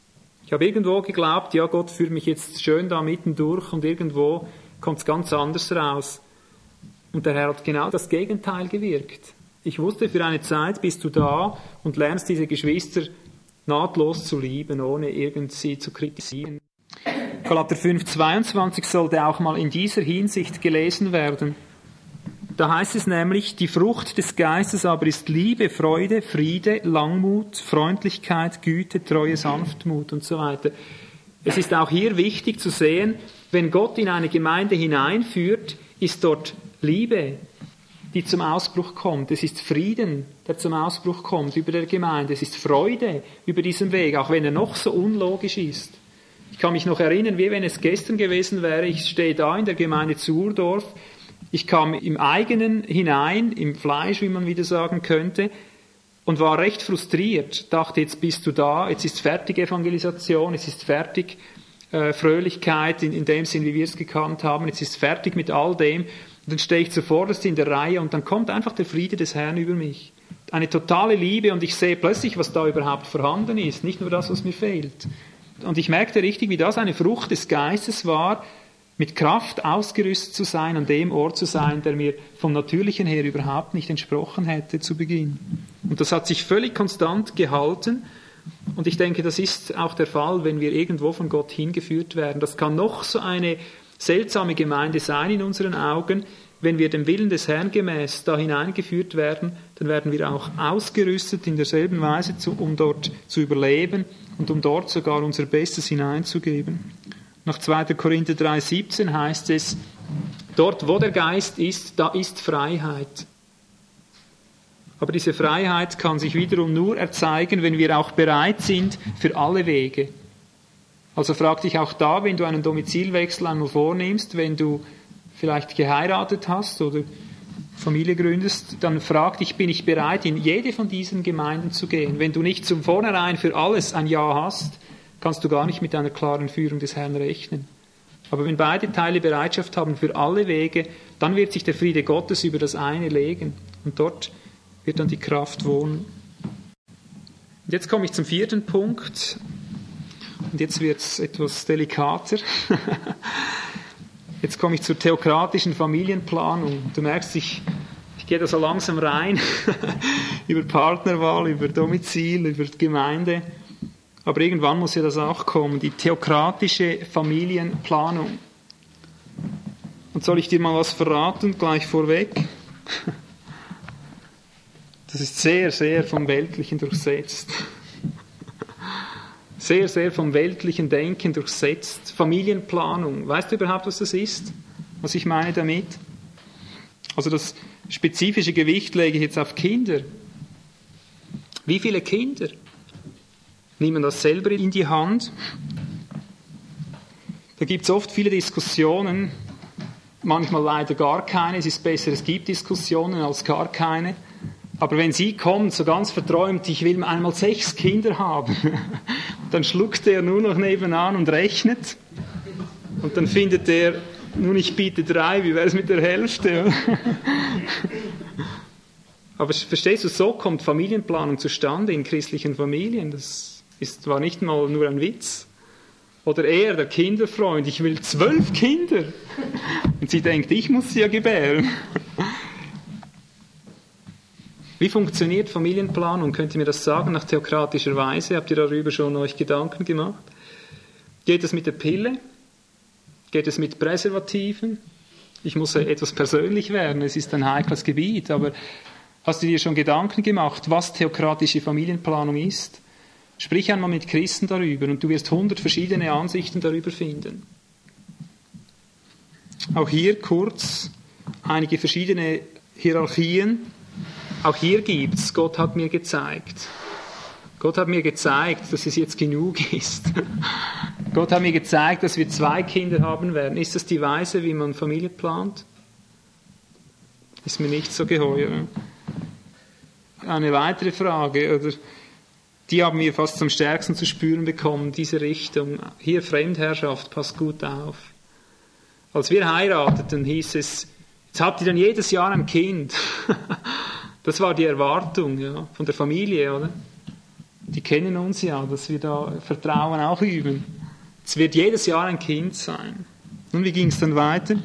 Ich habe irgendwo geglaubt, ja, Gott führt mich jetzt schön da mitten durch und irgendwo kommt es ganz anders raus. Und der Herr hat genau das Gegenteil gewirkt. Ich wusste, für eine Zeit bist du da und lernst diese Geschwister nahtlos zu lieben, ohne irgendwie zu kritisieren. Galater fünf, zweiundzwanzig sollte auch mal in dieser Hinsicht gelesen werden. Da heißt es nämlich, die Frucht des Geistes aber ist Liebe, Freude, Friede, Langmut, Freundlichkeit, Güte, Treue, Sanftmut und so weiter. Es ist auch hier wichtig zu sehen, wenn Gott in eine Gemeinde hineinführt, ist dort Liebe, die zum Ausbruch kommt. Es ist Frieden, der zum Ausbruch kommt über der Gemeinde. Es ist Freude über diesen Weg, auch wenn er noch so unlogisch ist. Ich kann mich noch erinnern, wie wenn es gestern gewesen wäre, ich stehe da in der Gemeinde zu Urdorf, ich kam im eigenen hinein, im Fleisch, wie man wieder sagen könnte, und war recht frustriert. Dachte, jetzt bist du da, jetzt ist fertig Evangelisation, es ist fertig äh, Fröhlichkeit in, in dem Sinn, wie wir es gekannt haben, jetzt ist fertig mit all dem. Und dann stehe ich zuvorderst in der Reihe und dann kommt einfach der Friede des Herrn über mich. Eine totale Liebe und ich sehe plötzlich, was da überhaupt vorhanden ist, nicht nur das, was mir fehlt. Und ich merkte richtig, wie das eine Frucht des Geistes war, mit Kraft ausgerüstet zu sein, an dem Ort zu sein, der mir vom Natürlichen her überhaupt nicht entsprochen hätte zu Beginn. Und das hat sich völlig konstant gehalten. Und ich denke, das ist auch der Fall, wenn wir irgendwo von Gott hingeführt werden. Das kann noch so eine seltsame Gemeinde sein in unseren Augen. Wenn wir dem Willen des Herrn gemäß da hineingeführt werden, dann werden wir auch ausgerüstet in derselben Weise, um dort zu überleben und um dort sogar unser Bestes hineinzugeben. Nach zweiter Korinther drei siebzehn heißt es, dort wo der Geist ist, da ist Freiheit. Aber diese Freiheit kann sich wiederum nur erzeigen, wenn wir auch bereit sind für alle Wege. Also frag dich auch da, wenn du einen Domizilwechsel einmal vornimmst, wenn du vielleicht geheiratet hast oder Familie gründest, dann frag dich, bin ich bereit, in jede von diesen Gemeinden zu gehen? Wenn du nicht zum Vornherein für alles ein Ja hast, kannst du gar nicht mit einer klaren Führung des Herrn rechnen. Aber wenn beide Teile Bereitschaft haben für alle Wege, dann wird sich der Friede Gottes über das eine legen. Und dort wird dann die Kraft wohnen. Und jetzt komme ich zum vierten Punkt. Und jetzt wird es etwas delikater. Jetzt komme ich zur theokratischen Familienplanung. Du merkst, ich, ich gehe da so langsam rein. Über Partnerwahl, über Domizil, über Gemeinde. Aber irgendwann muss ja das auch kommen, die theokratische Familienplanung. Und soll ich dir mal was verraten, gleich vorweg? Das ist sehr, sehr vom Weltlichen durchsetzt. Sehr, sehr vom weltlichen Denken durchsetzt. Familienplanung. Weißt du überhaupt, was das ist? Was ich meine damit? Also das spezifische Gewicht lege ich jetzt auf Kinder. Wie viele Kinder? Nimmt man das selber in die Hand? Da gibt es oft viele Diskussionen, manchmal leider gar keine. Es ist besser, es gibt Diskussionen als gar keine. Aber wenn sie kommt, so ganz verträumt, ich will einmal sechs Kinder haben, dann schluckt er nur noch nebenan und rechnet. Und dann findet er, nun ich biete drei, wie wäre es mit der Hälfte? Aber verstehst du, so kommt Familienplanung zustande in christlichen Familien. Das ist, war nicht mal nur ein Witz. Oder er, der Kinderfreund, ich will zwölf Kinder. Und sie denkt, ich muss sie ja gebären. Wie funktioniert Familienplanung? Könnt ihr mir das sagen, nach theokratischer Weise? Habt ihr darüber schon euch Gedanken gemacht? Geht es mit der Pille? Geht es mit Präservativen? Ich muss etwas persönlich werden, es ist ein heikles Gebiet, aber hast du dir schon Gedanken gemacht, was theokratische Familienplanung ist? Sprich einmal mit Christen darüber und du wirst hundert verschiedene Ansichten darüber finden. Auch hier kurz einige verschiedene Hierarchien. Auch hier gibt's, Gott hat mir gezeigt. Gott hat mir gezeigt, dass es jetzt genug ist. Gott hat mir gezeigt, dass wir zwei Kinder haben werden. Ist das die Weise, wie man Familie plant? Ist mir nicht so geheuer. Eine weitere Frage, oder die haben wir fast am stärksten zu spüren bekommen, diese Richtung. Hier Fremdherrschaft, passt gut auf. Als wir heirateten, hieß es, jetzt habt ihr dann jedes Jahr ein Kind. Das war die Erwartung, ja, von der Familie, oder? Die kennen uns ja, dass wir da Vertrauen auch üben. Es wird jedes Jahr ein Kind sein. Und wie ging es dann weiter?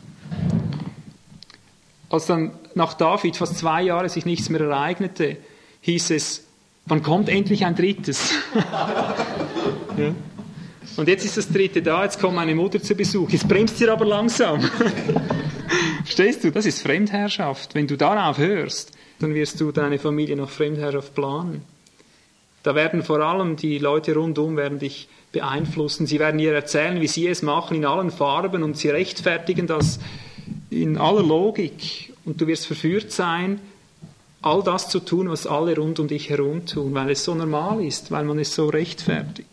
Als dann nach David fast zwei Jahre sich nichts mehr ereignete, hieß es, wann kommt endlich ein drittes? Ja. Und jetzt ist das dritte da, jetzt kommt meine Mutter zu Besuch. Jetzt bremst ihr aber langsam. Verstehst du? Das ist Fremdherrschaft. Wenn du darauf hörst, dann wirst du deine Familie nach Fremdherrschaft planen. Da werden vor allem die Leute rundum werden dich beeinflussen. Sie werden dir erzählen, wie sie es machen, in allen Farben, und sie rechtfertigen das in aller Logik. Und du wirst verführt sein, all das zu tun, was alle rund um dich herum tun, weil es so normal ist, weil man es so rechtfertigt.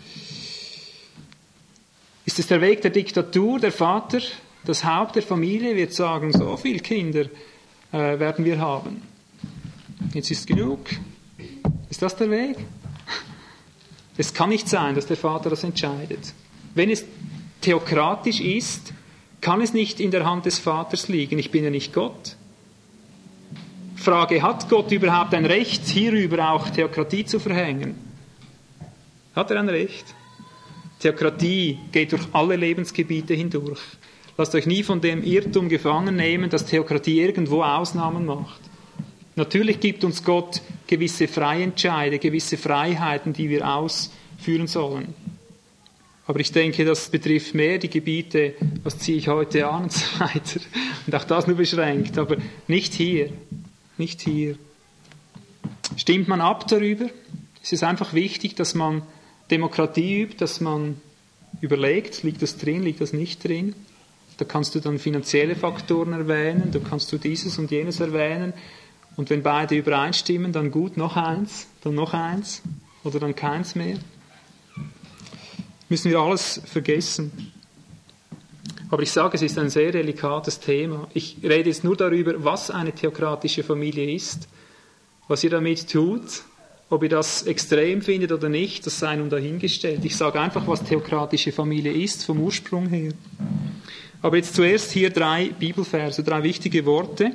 Ist es der Weg der Diktatur? Der Vater, das Haupt der Familie, wird sagen, so viele Kinder äh, werden wir haben. Jetzt ist genug. Ist das der Weg? Es kann nicht sein, dass der Vater das entscheidet. Wenn es theokratisch ist, kann es nicht in der Hand des Vaters liegen. Ich bin ja nicht Gott. Frage, hat Gott überhaupt ein Recht, hierüber auch Theokratie zu verhängen? Hat er ein Recht? Theokratie geht durch alle Lebensgebiete hindurch. Lasst euch nie von dem Irrtum gefangen nehmen, dass Theokratie irgendwo Ausnahmen macht. Natürlich gibt uns Gott gewisse Freientscheide, gewisse Freiheiten, die wir ausführen sollen. Aber ich denke, das betrifft mehr die Gebiete, was ziehe ich heute an und so weiter. Und auch das nur beschränkt, aber nicht hier. Nicht hier. Stimmt man ab darüber? Es ist einfach wichtig, dass man Demokratie übt, dass man überlegt, liegt das drin, liegt das nicht drin. Da kannst du dann finanzielle Faktoren erwähnen, da kannst du dieses und jenes erwähnen. Und wenn beide übereinstimmen, dann gut, noch eins, dann noch eins oder dann keins mehr. Müssen wir alles vergessen. Aber ich sage, es ist ein sehr delikates Thema. Ich rede jetzt nur darüber, was eine theokratische Familie ist, was ihr damit tut, ob ihr das extrem findet oder nicht, das sei nun dahingestellt. Ich sage einfach, was theokratische Familie ist, vom Ursprung her. Aber jetzt zuerst hier drei Bibelverse, drei wichtige Worte.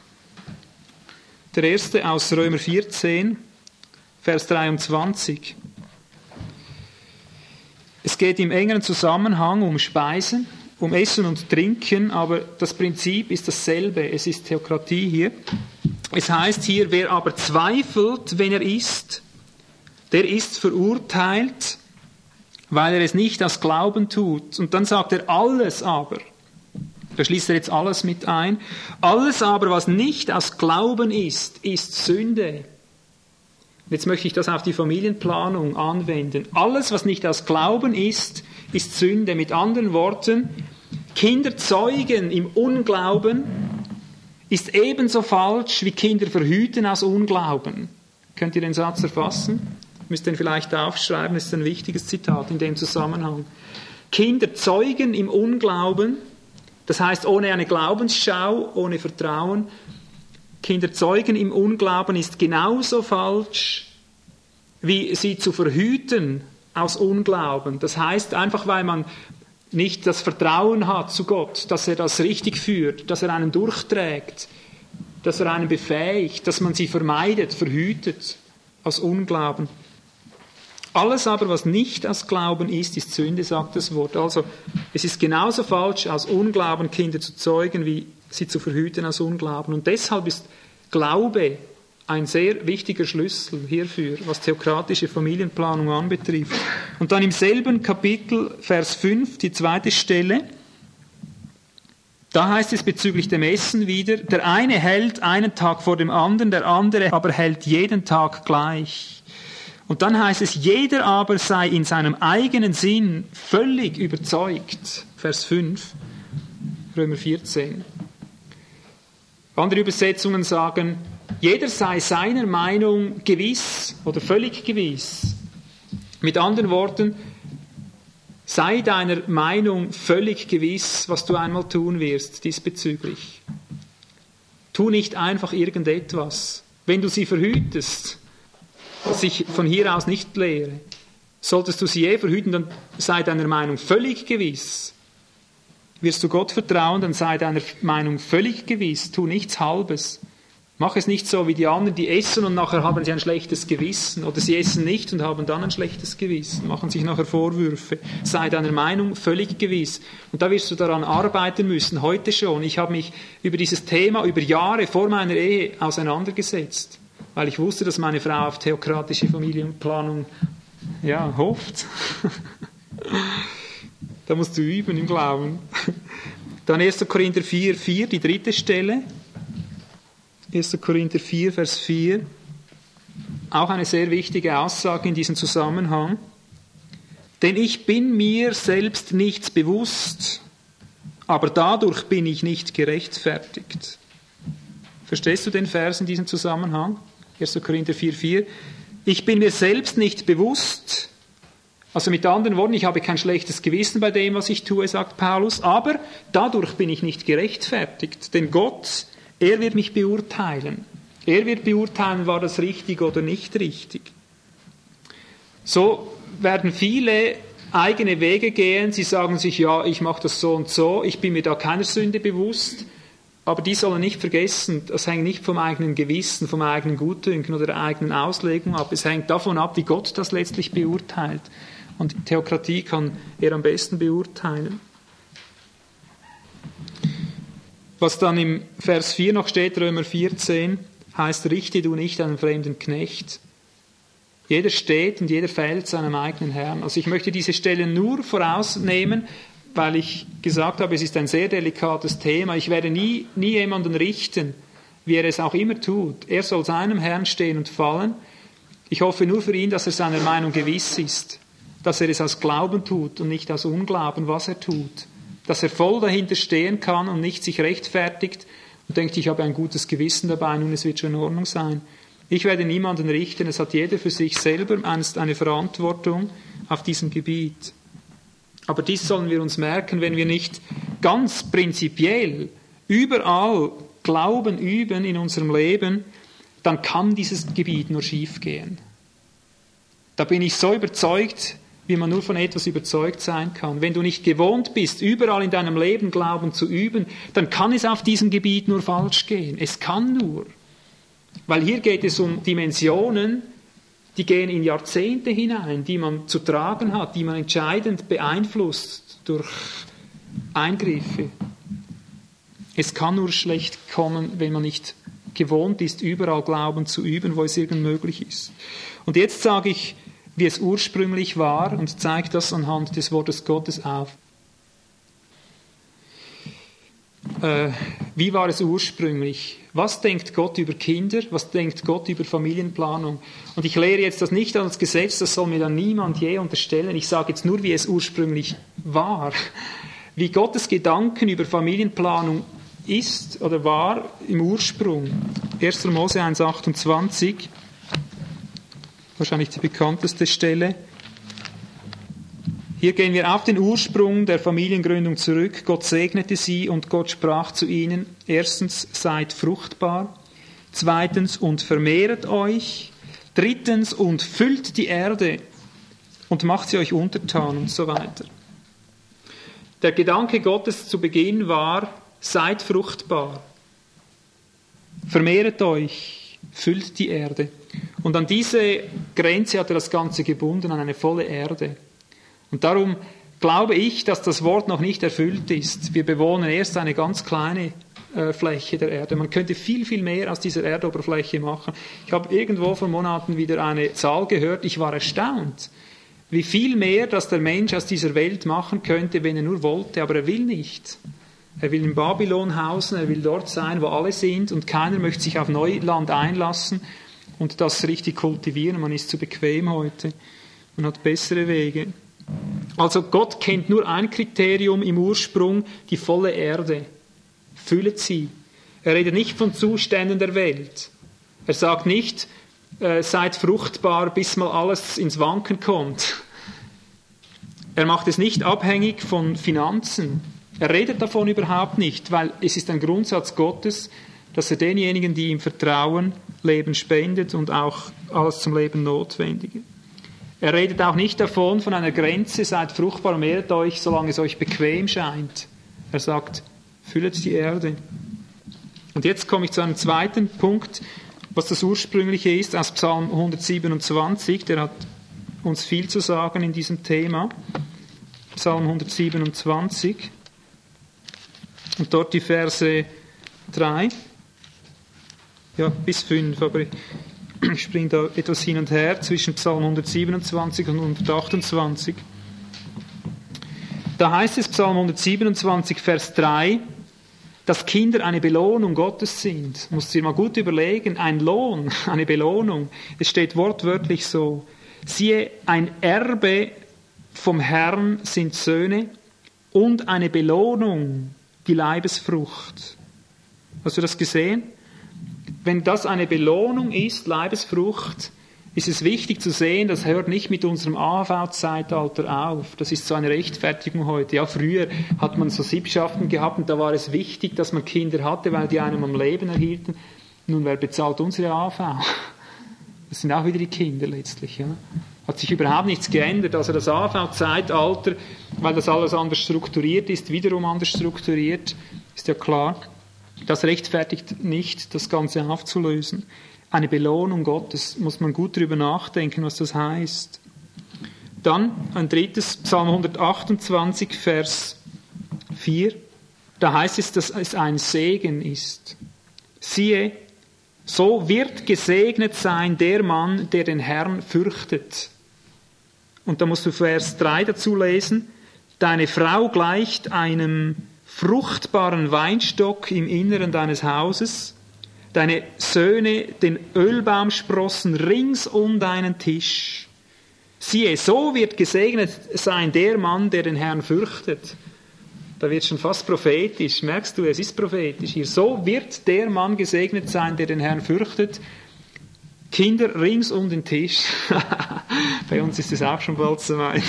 Der erste aus Römer vierzehn, Vers dreiundzwanzig. Es geht im engeren Zusammenhang um Speisen, um Essen und Trinken, aber das Prinzip ist dasselbe. Es ist Theokratie hier. Es heißt hier, wer aber zweifelt, wenn er isst, der ist verurteilt, weil er es nicht aus Glauben tut. Und dann sagt er alles aber. Da schließt er jetzt alles mit ein. Alles aber, was nicht aus Glauben ist, ist Sünde. Jetzt möchte ich das auf die Familienplanung anwenden. Alles, was nicht aus Glauben ist, ist Sünde. Mit anderen Worten, Kinder zeugen im Unglauben ist ebenso falsch wie Kinder verhüten aus Unglauben. Könnt ihr den Satz erfassen? Müsst ihr ihn vielleicht aufschreiben, das ist ein wichtiges Zitat in dem Zusammenhang. Kinder zeugen im Unglauben, das heißt ohne eine Glaubensschau, ohne Vertrauen. Kinder zeugen im Unglauben ist genauso falsch, wie sie zu verhüten aus Unglauben. Das heißt, einfach weil man nicht das Vertrauen hat zu Gott, dass er das richtig führt, dass er einen durchträgt, dass er einen befähigt, dass man sie vermeidet, verhütet aus Unglauben. Alles aber, was nicht aus Glauben ist, ist Sünde, sagt das Wort. Also, es ist genauso falsch, aus Unglauben Kinder zu zeugen, wie sie zu verhüten aus Unglauben. Und deshalb ist Glaube ein sehr wichtiger Schlüssel hierfür, was theokratische Familienplanung anbetrifft. Und dann im selben Kapitel, Vers fünf, die zweite Stelle, da heißt es bezüglich dem Essen wieder, der eine hält einen Tag vor dem anderen, der andere aber hält jeden Tag gleich. Und dann heißt es, jeder aber sei in seinem eigenen Sinn völlig überzeugt. Vers fünf, Römer vierzehn. Andere Übersetzungen sagen, jeder sei seiner Meinung gewiss oder völlig gewiss. Mit anderen Worten, sei deiner Meinung völlig gewiss, was du einmal tun wirst diesbezüglich. Tu nicht einfach irgendetwas. Wenn du sie verhütest, was ich von hier aus nicht lehre, solltest du sie je verhüten, dann sei deiner Meinung völlig gewiss. Wirst du Gott vertrauen, dann sei deiner Meinung völlig gewiss. Tu nichts Halbes. Mach es nicht so wie die anderen, die essen und nachher haben sie ein schlechtes Gewissen. Oder sie essen nicht und haben dann ein schlechtes Gewissen, machen sich nachher Vorwürfe. Sei deiner Meinung völlig gewiss. Und da wirst du daran arbeiten müssen, heute schon. Ich habe mich über dieses Thema über Jahre vor meiner Ehe auseinandergesetzt, weil ich wusste, dass meine Frau auf theokratische Familienplanung ja, hofft. Da musst du üben im Glauben. Dann erster Korinther vier, vier, die dritte Stelle. erster Korinther vier, Vers vier. Auch eine sehr wichtige Aussage in diesem Zusammenhang. Denn ich bin mir selbst nichts bewusst, aber dadurch bin ich nicht gerechtfertigt. Verstehst du den Vers in diesem Zusammenhang? erster Korinther vier, vier. Ich bin mir selbst nicht bewusst, also mit anderen Worten, ich habe kein schlechtes Gewissen bei dem, was ich tue, sagt Paulus, aber dadurch bin ich nicht gerechtfertigt, denn Gott, er wird mich beurteilen. Er wird beurteilen, war das richtig oder nicht richtig. So werden viele eigene Wege gehen, sie sagen sich, ja, ich mache das so und so, ich bin mir da keiner Sünde bewusst, aber die sollen nicht vergessen, das hängt nicht vom eigenen Gewissen, vom eigenen Gutdünken oder der eigenen Auslegung ab, es hängt davon ab, wie Gott das letztlich beurteilt. Und die Theokratie kann er am besten beurteilen. Was dann im Vers vier noch steht, Römer vierzehn, heißt, richte du nicht einen fremden Knecht. Jeder steht und jeder fällt seinem eigenen Herrn. Also ich möchte diese Stelle nur vorausnehmen, weil ich gesagt habe, es ist ein sehr delikates Thema. Ich werde nie, nie jemanden richten, wie er es auch immer tut. Er soll seinem Herrn stehen und fallen. Ich hoffe nur für ihn, dass er seiner Meinung gewiss ist, dass er es aus Glauben tut und nicht aus Unglauben, was er tut. Dass er voll dahinter stehen kann und nicht sich rechtfertigt und denkt, ich habe ein gutes Gewissen dabei, nun es wird schon in Ordnung sein. Ich werde niemanden richten, es hat jeder für sich selber eine Verantwortung auf diesem Gebiet. Aber dies sollen wir uns merken, wenn wir nicht ganz prinzipiell überall Glauben üben in unserem Leben, dann kann dieses Gebiet nur schief gehen. Da bin ich so überzeugt, wie man nur von etwas überzeugt sein kann. Wenn du nicht gewohnt bist, überall in deinem Leben Glauben zu üben, dann kann es auf diesem Gebiet nur falsch gehen. Es kann nur. Weil hier geht es um Dimensionen, die gehen in Jahrzehnte hinein, die man zu tragen hat, die man entscheidend beeinflusst durch Eingriffe. Es kann nur schlecht kommen, wenn man nicht gewohnt ist, überall Glauben zu üben, wo es irgend möglich ist. Und jetzt sage ich, wie es ursprünglich war und zeige das anhand des Wortes Gottes auf. Äh, wie war es ursprünglich? Was denkt Gott über Kinder? Was denkt Gott über Familienplanung? Und ich lehre jetzt das nicht als Gesetz, das soll mir dann niemand je unterstellen. Ich sage jetzt nur, wie es ursprünglich war. Wie Gottes Gedanken über Familienplanung ist oder war im Ursprung. erster Mose eins achtundzwanzig. Wahrscheinlich die bekannteste Stelle. Hier gehen wir auf den Ursprung der Familiengründung zurück. Gott segnete sie und Gott sprach zu ihnen, erstens, seid fruchtbar, zweitens, und vermehret euch, drittens, und füllt die Erde und macht sie euch untertan und so weiter. Der Gedanke Gottes zu Beginn war, seid fruchtbar, vermehret euch, füllt die Erde. Und an diese Grenze hat er das Ganze gebunden, an eine volle Erde. Und darum glaube ich, dass das Wort noch nicht erfüllt ist. Wir bewohnen erst eine ganz kleine äh, Fläche der Erde. Man könnte viel, viel mehr aus dieser Erdoberfläche machen. Ich habe irgendwo vor Monaten wieder eine Zahl gehört. Ich war erstaunt, wie viel mehr, dass der Mensch aus dieser Welt machen könnte, wenn er nur wollte. Aber er will nicht. Er will in Babylon hausen, er will dort sein, wo alle sind. Und keiner möchte sich auf Neuland einlassen und das richtig kultivieren. Man ist zu bequem heute. Man hat bessere Wege. Also Gott kennt nur ein Kriterium im Ursprung, die volle Erde. Füllet sie. Er redet nicht von Zuständen der Welt. Er sagt nicht, äh, seid fruchtbar, bis mal alles ins Wanken kommt. Er macht es nicht abhängig von Finanzen. Er redet davon überhaupt nicht, weil es ist ein Grundsatz Gottes, dass er denjenigen, die ihm vertrauen, Leben spendet und auch alles zum Leben Notwendige. Er redet auch nicht davon, von einer Grenze, seid fruchtbar, mehret euch, solange es euch bequem scheint. Er sagt, füllet die Erde. Und jetzt komme ich zu einem zweiten Punkt, was das Ursprüngliche ist, aus Psalm hundertsiebenundzwanzig. Der hat uns viel zu sagen in diesem Thema. Psalm hundertsiebenundzwanzig. Und dort die Verse drei, ja, bis fünf, aber ich springe da etwas hin und her zwischen Psalm hundertsiebenundzwanzig und hundertachtundzwanzig. Da heißt es, Psalm hundertsiebenundzwanzig, Vers drei, dass Kinder eine Belohnung Gottes sind. Musst du dir mal gut überlegen, ein Lohn, eine Belohnung. Es steht wortwörtlich so, siehe, ein Erbe vom Herrn sind Söhne und eine Belohnung, die Leibesfrucht. Hast du das gesehen? Wenn das eine Belohnung ist, Leibesfrucht, ist es wichtig zu sehen, das hört nicht mit unserem A H V-Zeitalter auf. Das ist so eine Rechtfertigung heute. Ja, früher hat man so Sippschaften gehabt und da war es wichtig, dass man Kinder hatte, weil die einem am Leben erhielten. Nun, wer bezahlt unsere A H V? Das sind auch wieder die Kinder letztlich. Ja. Hat sich überhaupt nichts geändert. Also das A H V-Zeitalter, weil das alles anders strukturiert ist, wiederum anders strukturiert, ist ja klar. Das rechtfertigt nicht, das Ganze aufzulösen. Eine Belohnung Gottes, muss man gut darüber nachdenken, was das heißt. Dann ein drittes, Psalm hundertachtundzwanzig, Vers vier. Da heißt es, dass es ein Segen ist. Siehe, so wird gesegnet sein der Mann, der den Herrn fürchtet. Und da musst du Vers drei dazu lesen. Deine Frau gleicht einem fruchtbaren Weinstock im Inneren deines Hauses, deine Söhne den Ölbaumsprossen rings um deinen Tisch. Siehe, so wird gesegnet sein der Mann, der den Herrn fürchtet. Da wird schon fast prophetisch. Merkst du, es ist prophetisch hier. So wird der Mann gesegnet sein, der den Herrn fürchtet. Kinder rings um den Tisch. Bei uns ist es auch schon bald so weit.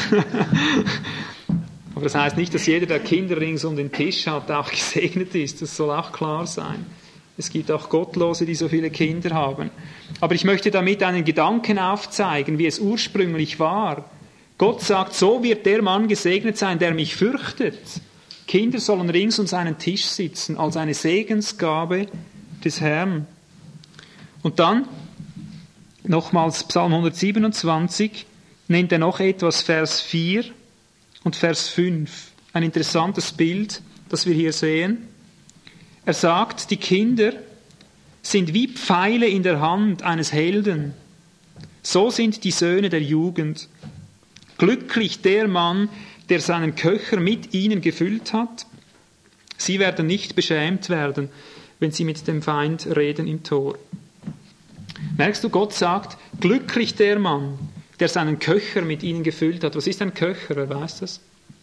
Aber das heißt nicht, dass jeder, der Kinder rings um den Tisch hat, auch gesegnet ist. Das soll auch klar sein. Es gibt auch Gottlose, die so viele Kinder haben. Aber ich möchte damit einen Gedanken aufzeigen, wie es ursprünglich war. Gott sagt, so wird der Mann gesegnet sein, der mich fürchtet. Kinder sollen rings um seinen Tisch sitzen, als eine Segensgabe des Herrn. Und dann, nochmals Psalm hundertsiebenundzwanzig, nennt er noch etwas, Vers vier und Vers fünf. Ein interessantes Bild, das wir hier sehen. Er sagt, die Kinder sind wie Pfeile in der Hand eines Helden. So sind die Söhne der Jugend. Glücklich der Mann, der seinen Köcher mit ihnen gefüllt hat. Sie werden nicht beschämt werden, wenn sie mit dem Feind reden im Tor. Merkst du, Gott sagt, glücklich der Mann, der seinen Köcher mit ihnen gefüllt hat. Was ist ein Köcher? Wer weiß das?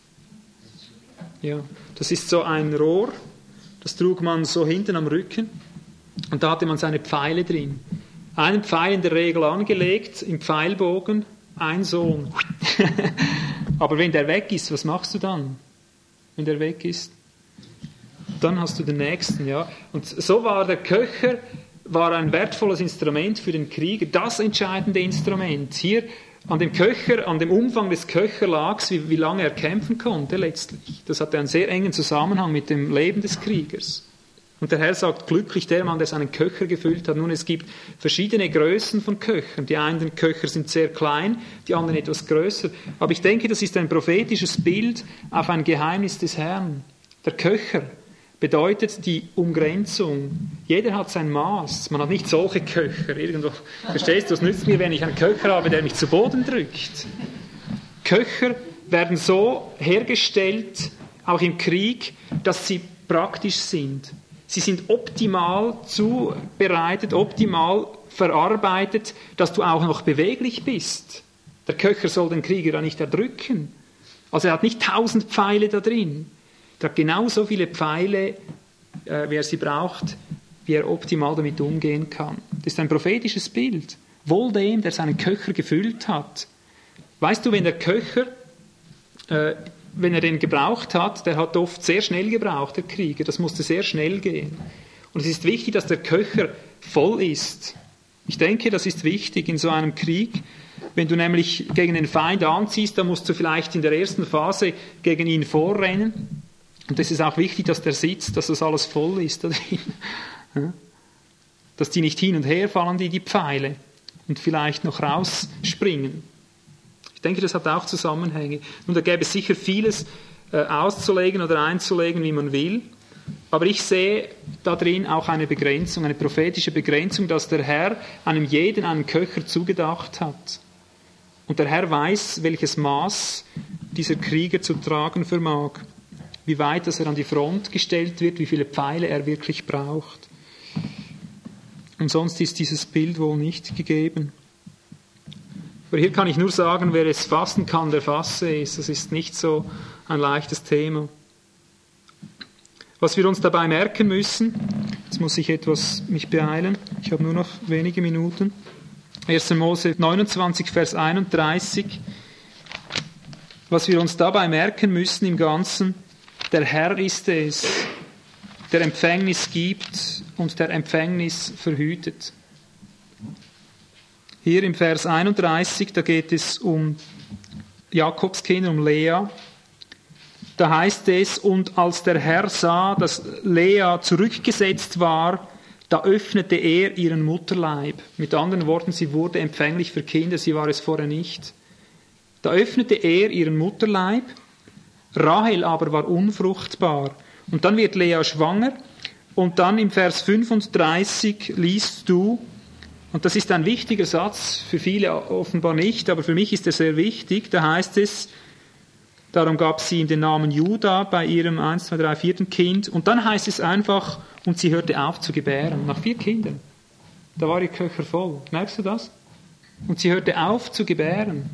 Ja, das ist so ein Rohr. Das trug man so hinten am Rücken und da hatte man seine Pfeile drin. Einen Pfeil in der Regel angelegt, im Pfeilbogen, ein Sohn. Aber wenn der weg ist, was machst du dann? Wenn der weg ist, dann hast du den nächsten. Ja? Und so war der Köcher war ein wertvolles Instrument für den Krieger, das entscheidende Instrument. Hier an dem Köcher, an dem Umfang des Köcher lag es, wie, wie lange er kämpfen konnte letztlich. Das hatte einen sehr engen Zusammenhang mit dem Leben des Kriegers. Und der Herr sagt, glücklich der Mann, der seinen Köcher gefüllt hat. Nun, es gibt verschiedene Größen von Köchern. Die einen Köcher sind sehr klein, die anderen etwas größer. Aber ich denke, das ist ein prophetisches Bild auf ein Geheimnis des Herrn. Der Köcher bedeutet die Umgrenzung. Jeder hat sein Maß. Man hat nicht solche Köcher. Irgendwo, verstehst du, es nützt mir, wenn ich einen Köcher habe, der mich zu Boden drückt. Köcher werden so hergestellt, auch im Krieg, dass sie praktisch sind. Sie sind optimal zubereitet, optimal verarbeitet, dass du auch noch beweglich bist. Der Köcher soll den Krieger ja nicht erdrücken. Also er hat nicht tausend Pfeile da drin. Er hat genauso viele Pfeile, äh, wie er sie braucht, wie er optimal damit umgehen kann. Das ist ein prophetisches Bild. Wohl dem, der seinen Köcher gefüllt hat. Weißt du, wenn der Köcher, äh, wenn er den gebraucht hat, der hat oft sehr schnell gebraucht, der Krieger. Das musste sehr schnell gehen. Und es ist wichtig, dass der Köcher voll ist. Ich denke, das ist wichtig in so einem Krieg. Wenn du nämlich gegen den Feind anziehst, dann musst du vielleicht in der ersten Phase gegen ihn vorrennen. Und es ist auch wichtig, dass der sitzt, dass das alles voll ist. Dass die nicht hin und her fallen, die, die Pfeile, und vielleicht noch rausspringen. Ich denke, das hat auch Zusammenhänge. Und da gäbe es sicher vieles äh, auszulegen oder einzulegen, wie man will. Aber ich sehe da drin auch eine Begrenzung, eine prophetische Begrenzung, dass der Herr einem jeden einen Köcher zugedacht hat. Und der Herr weiß, welches Maß dieser Krieger zu tragen vermag. Wie weit, dass er an die Front gestellt wird, wie viele Pfeile er wirklich braucht. Und sonst ist dieses Bild wohl nicht gegeben. Aber hier kann ich nur sagen, wer es fassen kann, der fasse es. Das ist nicht so ein leichtes Thema. Was wir uns dabei merken müssen, jetzt muss ich etwas mich beeilen, ich habe nur noch wenige Minuten. erster Mose neunundzwanzig, Vers einunddreißig. Was wir uns dabei merken müssen im Ganzen, der Herr ist es, der Empfängnis gibt und der Empfängnis verhütet. Hier im Vers einunddreißig, da geht es um Jakobs Kinder, um Lea. Da heißt es, und als der Herr sah, dass Lea zurückgesetzt war, da öffnete er ihren Mutterleib. Mit anderen Worten, sie wurde empfänglich für Kinder, sie war es vorher nicht. Da öffnete er ihren Mutterleib, Rahel aber war unfruchtbar. Und dann wird Lea schwanger und dann im Vers fünfunddreißig liest du, und das ist ein wichtiger Satz, für viele offenbar nicht, aber für mich ist er sehr wichtig, da heißt es, darum gab sie ihm den Namen Juda bei ihrem eins, zwei, drei, vierten Kind. Und dann heißt es einfach, und sie hörte auf zu gebären. Nach vier Kindern. Da war ihr Köcher voll. Merkst du das? Und sie hörte auf zu gebären.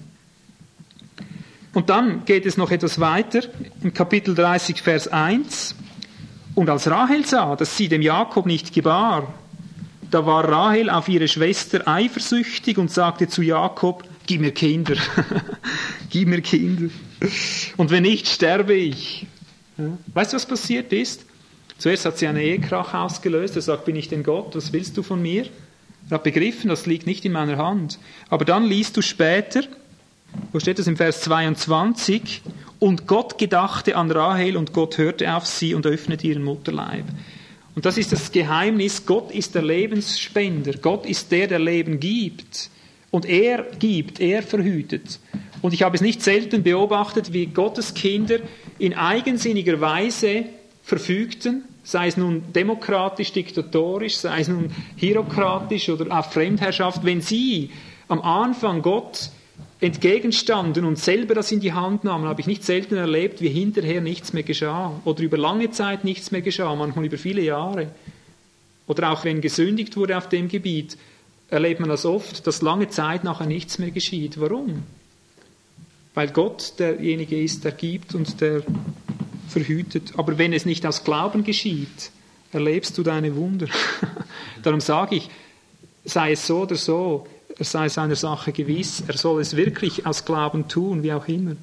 Und dann geht es noch etwas weiter. Im Kapitel dreißig, Vers eins. Und als Rahel sah, dass sie dem Jakob nicht gebar, da war Rahel auf ihre Schwester eifersüchtig und sagte zu Jakob, gib mir Kinder. Gib mir Kinder. Und wenn nicht, sterbe ich. Ja. Weißt du, was passiert ist? Zuerst hat sie einen Ehekrach ausgelöst. Er sagt, bin ich denn Gott? Was willst du von mir? Er hat begriffen, das liegt nicht in meiner Hand. Aber dann liest du später, wo steht das im Vers zweiundzwanzig? Und Gott gedachte an Rahel und Gott hörte auf sie und öffnete ihren Mutterleib. Und das ist das Geheimnis. Gott ist der Lebensspender. Gott ist der, der Leben gibt. Und er gibt, er verhütet. Und ich habe es nicht selten beobachtet, wie Gottes Kinder in eigensinniger Weise verfügten, sei es nun demokratisch, diktatorisch, sei es nun hierokratisch oder auf Fremdherrschaft, wenn sie am Anfang Gott entgegenstanden und selber das in die Hand nahmen, habe ich nicht selten erlebt, wie hinterher nichts mehr geschah oder über lange Zeit nichts mehr geschah, manchmal über viele Jahre. Oder auch wenn gesündigt wurde auf dem Gebiet, erlebt man das oft, dass lange Zeit nachher nichts mehr geschieht. Warum? Weil Gott derjenige ist, der gibt und der verhütet. Aber wenn es nicht aus Glauben geschieht, erlebst du deine Wunder. Darum sage ich, sei es so oder so, er sei seiner Sache gewiss, er soll es wirklich aus Glauben tun, wie auch immer.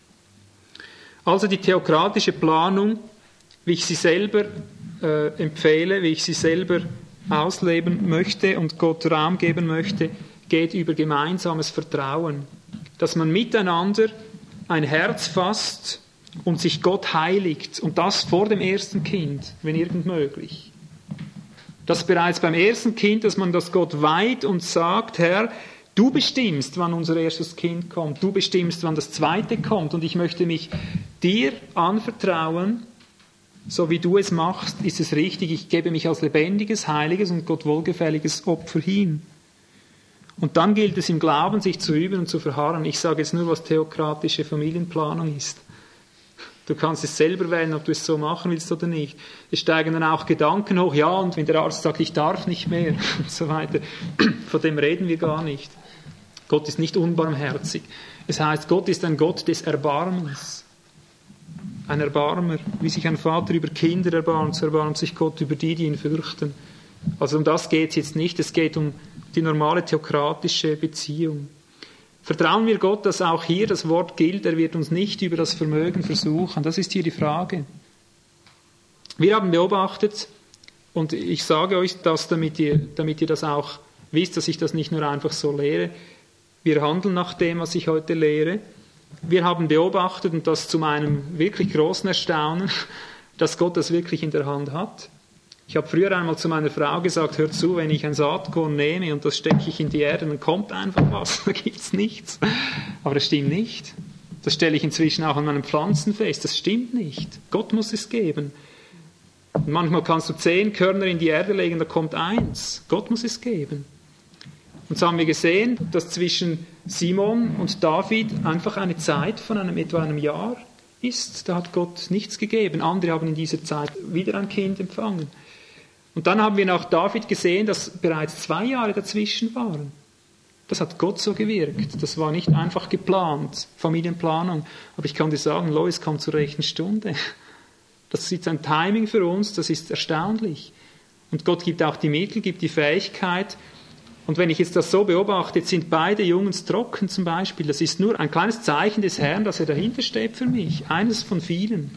Also die theokratische Planung, wie ich sie selber äh, empfehle, wie ich sie selber ausleben möchte und Gott Raum geben möchte, geht über gemeinsames Vertrauen. Dass man miteinander ein Herz fasst und sich Gott heiligt. Und das vor dem ersten Kind, wenn irgend möglich. Dass bereits beim ersten Kind, dass man das Gott weiht und sagt, Herr, du bestimmst, wann unser erstes Kind kommt. Du bestimmst, wann das zweite kommt. Und ich möchte mich dir anvertrauen. So wie du es machst, ist es richtig. Ich gebe mich als lebendiges, heiliges und Gott wohlgefälliges Opfer hin. Und dann gilt es im Glauben, sich zu üben und zu verharren. Ich sage jetzt nur, was theokratische Familienplanung ist. Du kannst es selber wählen, ob du es so machen willst oder nicht. Es steigen dann auch Gedanken hoch, ja, und wenn der Arzt sagt, ich darf nicht mehr und so weiter. Von dem reden wir gar nicht. Gott ist nicht unbarmherzig. Es heißt, Gott ist ein Gott des Erbarmens. Ein Erbarmer, wie sich ein Vater über Kinder erbarmt, so erbarmt sich Gott über die, die ihn fürchten. Also um das geht es jetzt nicht, es geht um die normale theokratische Beziehung. Vertrauen wir Gott, dass auch hier das Wort gilt, er wird uns nicht über das Vermögen versuchen. Das ist hier die Frage. Wir haben beobachtet, und ich sage euch das, damit ihr, damit ihr das auch wisst, dass ich das nicht nur einfach so lehre. Wir handeln nach dem, was ich heute lehre. Wir haben beobachtet, und das zu meinem wirklich großen Erstaunen, dass Gott das wirklich in der Hand hat. Ich habe früher einmal zu meiner Frau gesagt, hör zu, wenn ich ein Saatkorn nehme und das stecke ich in die Erde, dann kommt einfach was, da gibt es nichts. Aber das stimmt nicht. Das stelle ich inzwischen auch an meinen Pflanzen fest. Das stimmt nicht. Gott muss es geben. Und manchmal kannst du zehn Körner in die Erde legen, da kommt eins. Gott muss es geben. Und so haben wir gesehen, dass zwischen Simon und David einfach eine Zeit von einem, etwa einem Jahr ist. Da hat Gott nichts gegeben. Andere haben in dieser Zeit wieder ein Kind empfangen. Und dann haben wir nach David gesehen, dass bereits zwei Jahre dazwischen waren. Das hat Gott so gewirkt. Das war nicht einfach geplant, Familienplanung. Aber ich kann dir sagen, Lois kommt zur rechten Stunde. Das ist ein Timing für uns, das ist erstaunlich. Und Gott gibt auch die Mittel, gibt die Fähigkeit. Und wenn ich jetzt das so beobachte, jetzt sind beide Jungs trocken zum Beispiel. Das ist nur ein kleines Zeichen des Herrn, dass er dahinter steht für mich. Eines von vielen.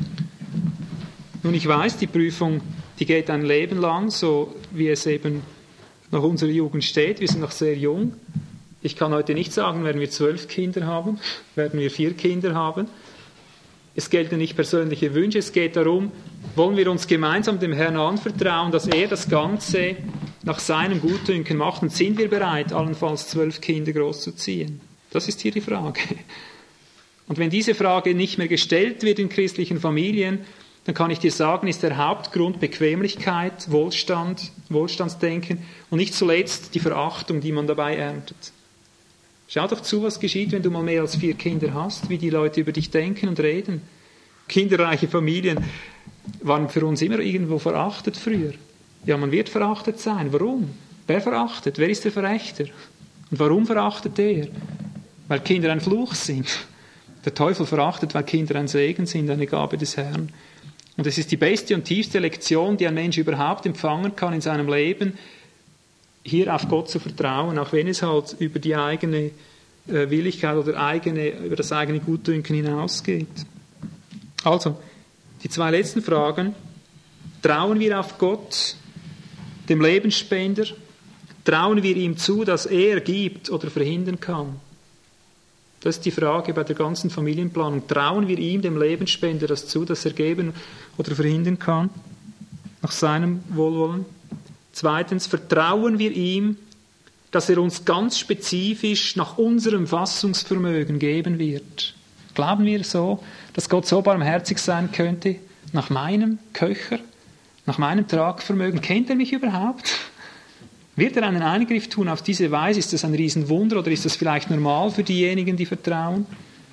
Nun, ich weiß, die Prüfung, die geht ein Leben lang, so wie es eben nach unserer Jugend steht. Wir sind noch sehr jung. Ich kann heute nicht sagen, werden wir zwölf Kinder haben, werden wir vier Kinder haben. Es gelten nicht persönliche Wünsche, es geht darum, wollen wir uns gemeinsam dem Herrn anvertrauen, dass er das Ganze nach seinem Gutdünken macht, und sind wir bereit, allenfalls zwölf Kinder großzuziehen? Das ist hier die Frage. Und wenn diese Frage nicht mehr gestellt wird in christlichen Familien, dann kann ich dir sagen, ist der Hauptgrund Bequemlichkeit, Wohlstand, Wohlstandsdenken und nicht zuletzt die Verachtung, die man dabei erntet. Schau doch zu, was geschieht, wenn du mal mehr als vier Kinder hast, wie die Leute über dich denken und reden. Kinderreiche Familien waren für uns immer irgendwo verachtet früher. Ja, man wird verachtet sein. Warum? Wer verachtet? Wer ist der Verächter? Und warum verachtet er? Weil Kinder ein Fluch sind. Der Teufel verachtet, weil Kinder ein Segen sind, eine Gabe des Herrn. Und es ist die beste und tiefste Lektion, die ein Mensch überhaupt empfangen kann in seinem Leben, hier auf Gott zu vertrauen, auch wenn es halt über die eigene äh, Willigkeit oder eigene, über das eigene Gutdünken hinausgeht. Also, die zwei letzten Fragen. Trauen wir auf Gott, dem Lebensspender? Trauen wir ihm zu, dass er gibt oder verhindern kann? Das ist die Frage bei der ganzen Familienplanung. Trauen wir ihm, dem Lebensspender, das zu, dass er geben oder verhindern kann? Nach seinem Wohlwollen? Zweitens, vertrauen wir ihm, dass er uns ganz spezifisch nach unserem Fassungsvermögen geben wird? Glauben wir so, dass Gott so barmherzig sein könnte? Nach meinem Köcher? Nach meinem Tragvermögen? Kennt er mich überhaupt? Wird er einen Eingriff tun auf diese Weise? Ist das ein Riesenwunder oder ist das vielleicht normal für diejenigen, die vertrauen?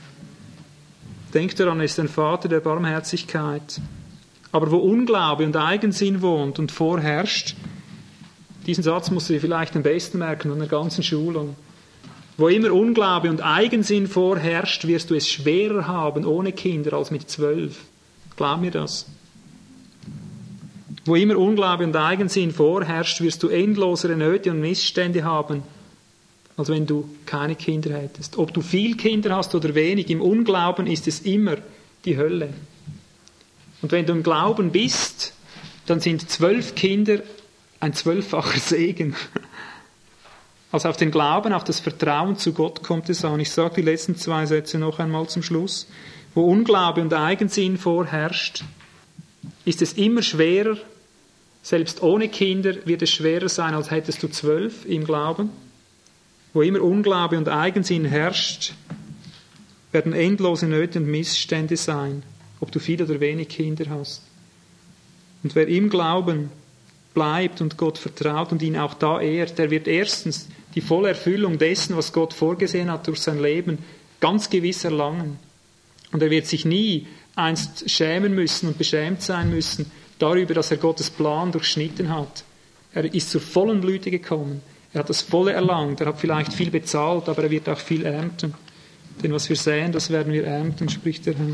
Denkt daran, er ist ein Vater der Barmherzigkeit. Aber wo Unglaube und Eigensinn wohnt und vorherrscht, diesen Satz musst du dir vielleicht am besten merken an der ganzen Schulung. Wo immer Unglaube und Eigensinn vorherrscht, wirst du es schwerer haben ohne Kinder als mit zwölf. Glaub mir das. Wo immer Unglaube und Eigensinn vorherrscht, wirst du endlosere Nöte und Missstände haben, als wenn du keine Kinder hättest. Ob du viel Kinder hast oder wenig, im Unglauben ist es immer die Hölle. Und wenn du im Glauben bist, dann sind zwölf Kinder ein zwölffacher Segen. Also auf den Glauben, auf das Vertrauen zu Gott kommt es an. Ich sage die letzten zwei Sätze noch einmal zum Schluss. Wo Unglaube und Eigensinn vorherrscht, ist es immer schwerer, selbst ohne Kinder wird es schwerer sein, als hättest du zwölf im Glauben. Wo immer Unglaube und Eigensinn herrscht, werden endlose Nöte und Missstände sein, ob du viel oder wenig Kinder hast. Und wer im Glauben bleibt und Gott vertraut und ihn auch da ehrt, der wird erstens die volle Erfüllung dessen, was Gott vorgesehen hat durch sein Leben, ganz gewiss erlangen. Und er wird sich nie einst schämen müssen und beschämt sein müssen darüber, dass er Gottes Plan durchschnitten hat. Er ist zur vollen Blüte gekommen. Er hat das Volle erlangt. Er hat vielleicht viel bezahlt, aber er wird auch viel ernten. Denn was wir säen, das werden wir ernten, spricht der Herr.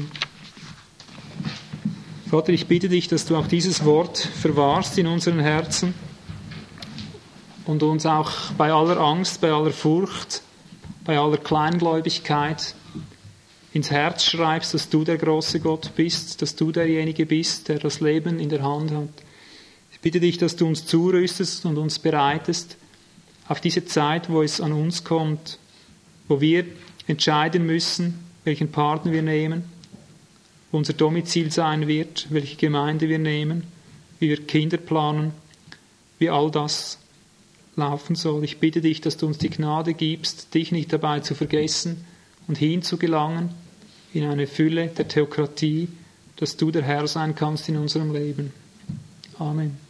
Vater, ich bitte dich, dass du auch dieses Wort verwahrst in unseren Herzen und uns auch bei aller Angst, bei aller Furcht, bei aller Kleingläubigkeit ins Herz schreibst, dass du der große Gott bist, dass du derjenige bist, der das Leben in der Hand hat. Ich bitte dich, dass du uns zurüstest und uns bereitest auf diese Zeit, wo es an uns kommt, wo wir entscheiden müssen, welchen Partner wir nehmen, wo unser Domizil sein wird, welche Gemeinde wir nehmen, wie wir Kinder planen, wie all das laufen soll. Ich bitte dich, dass du uns die Gnade gibst, dich nicht dabei zu vergessen und hinzugelangen in eine Fülle der Theokratie, dass du der Herr sein kannst in unserem Leben. Amen.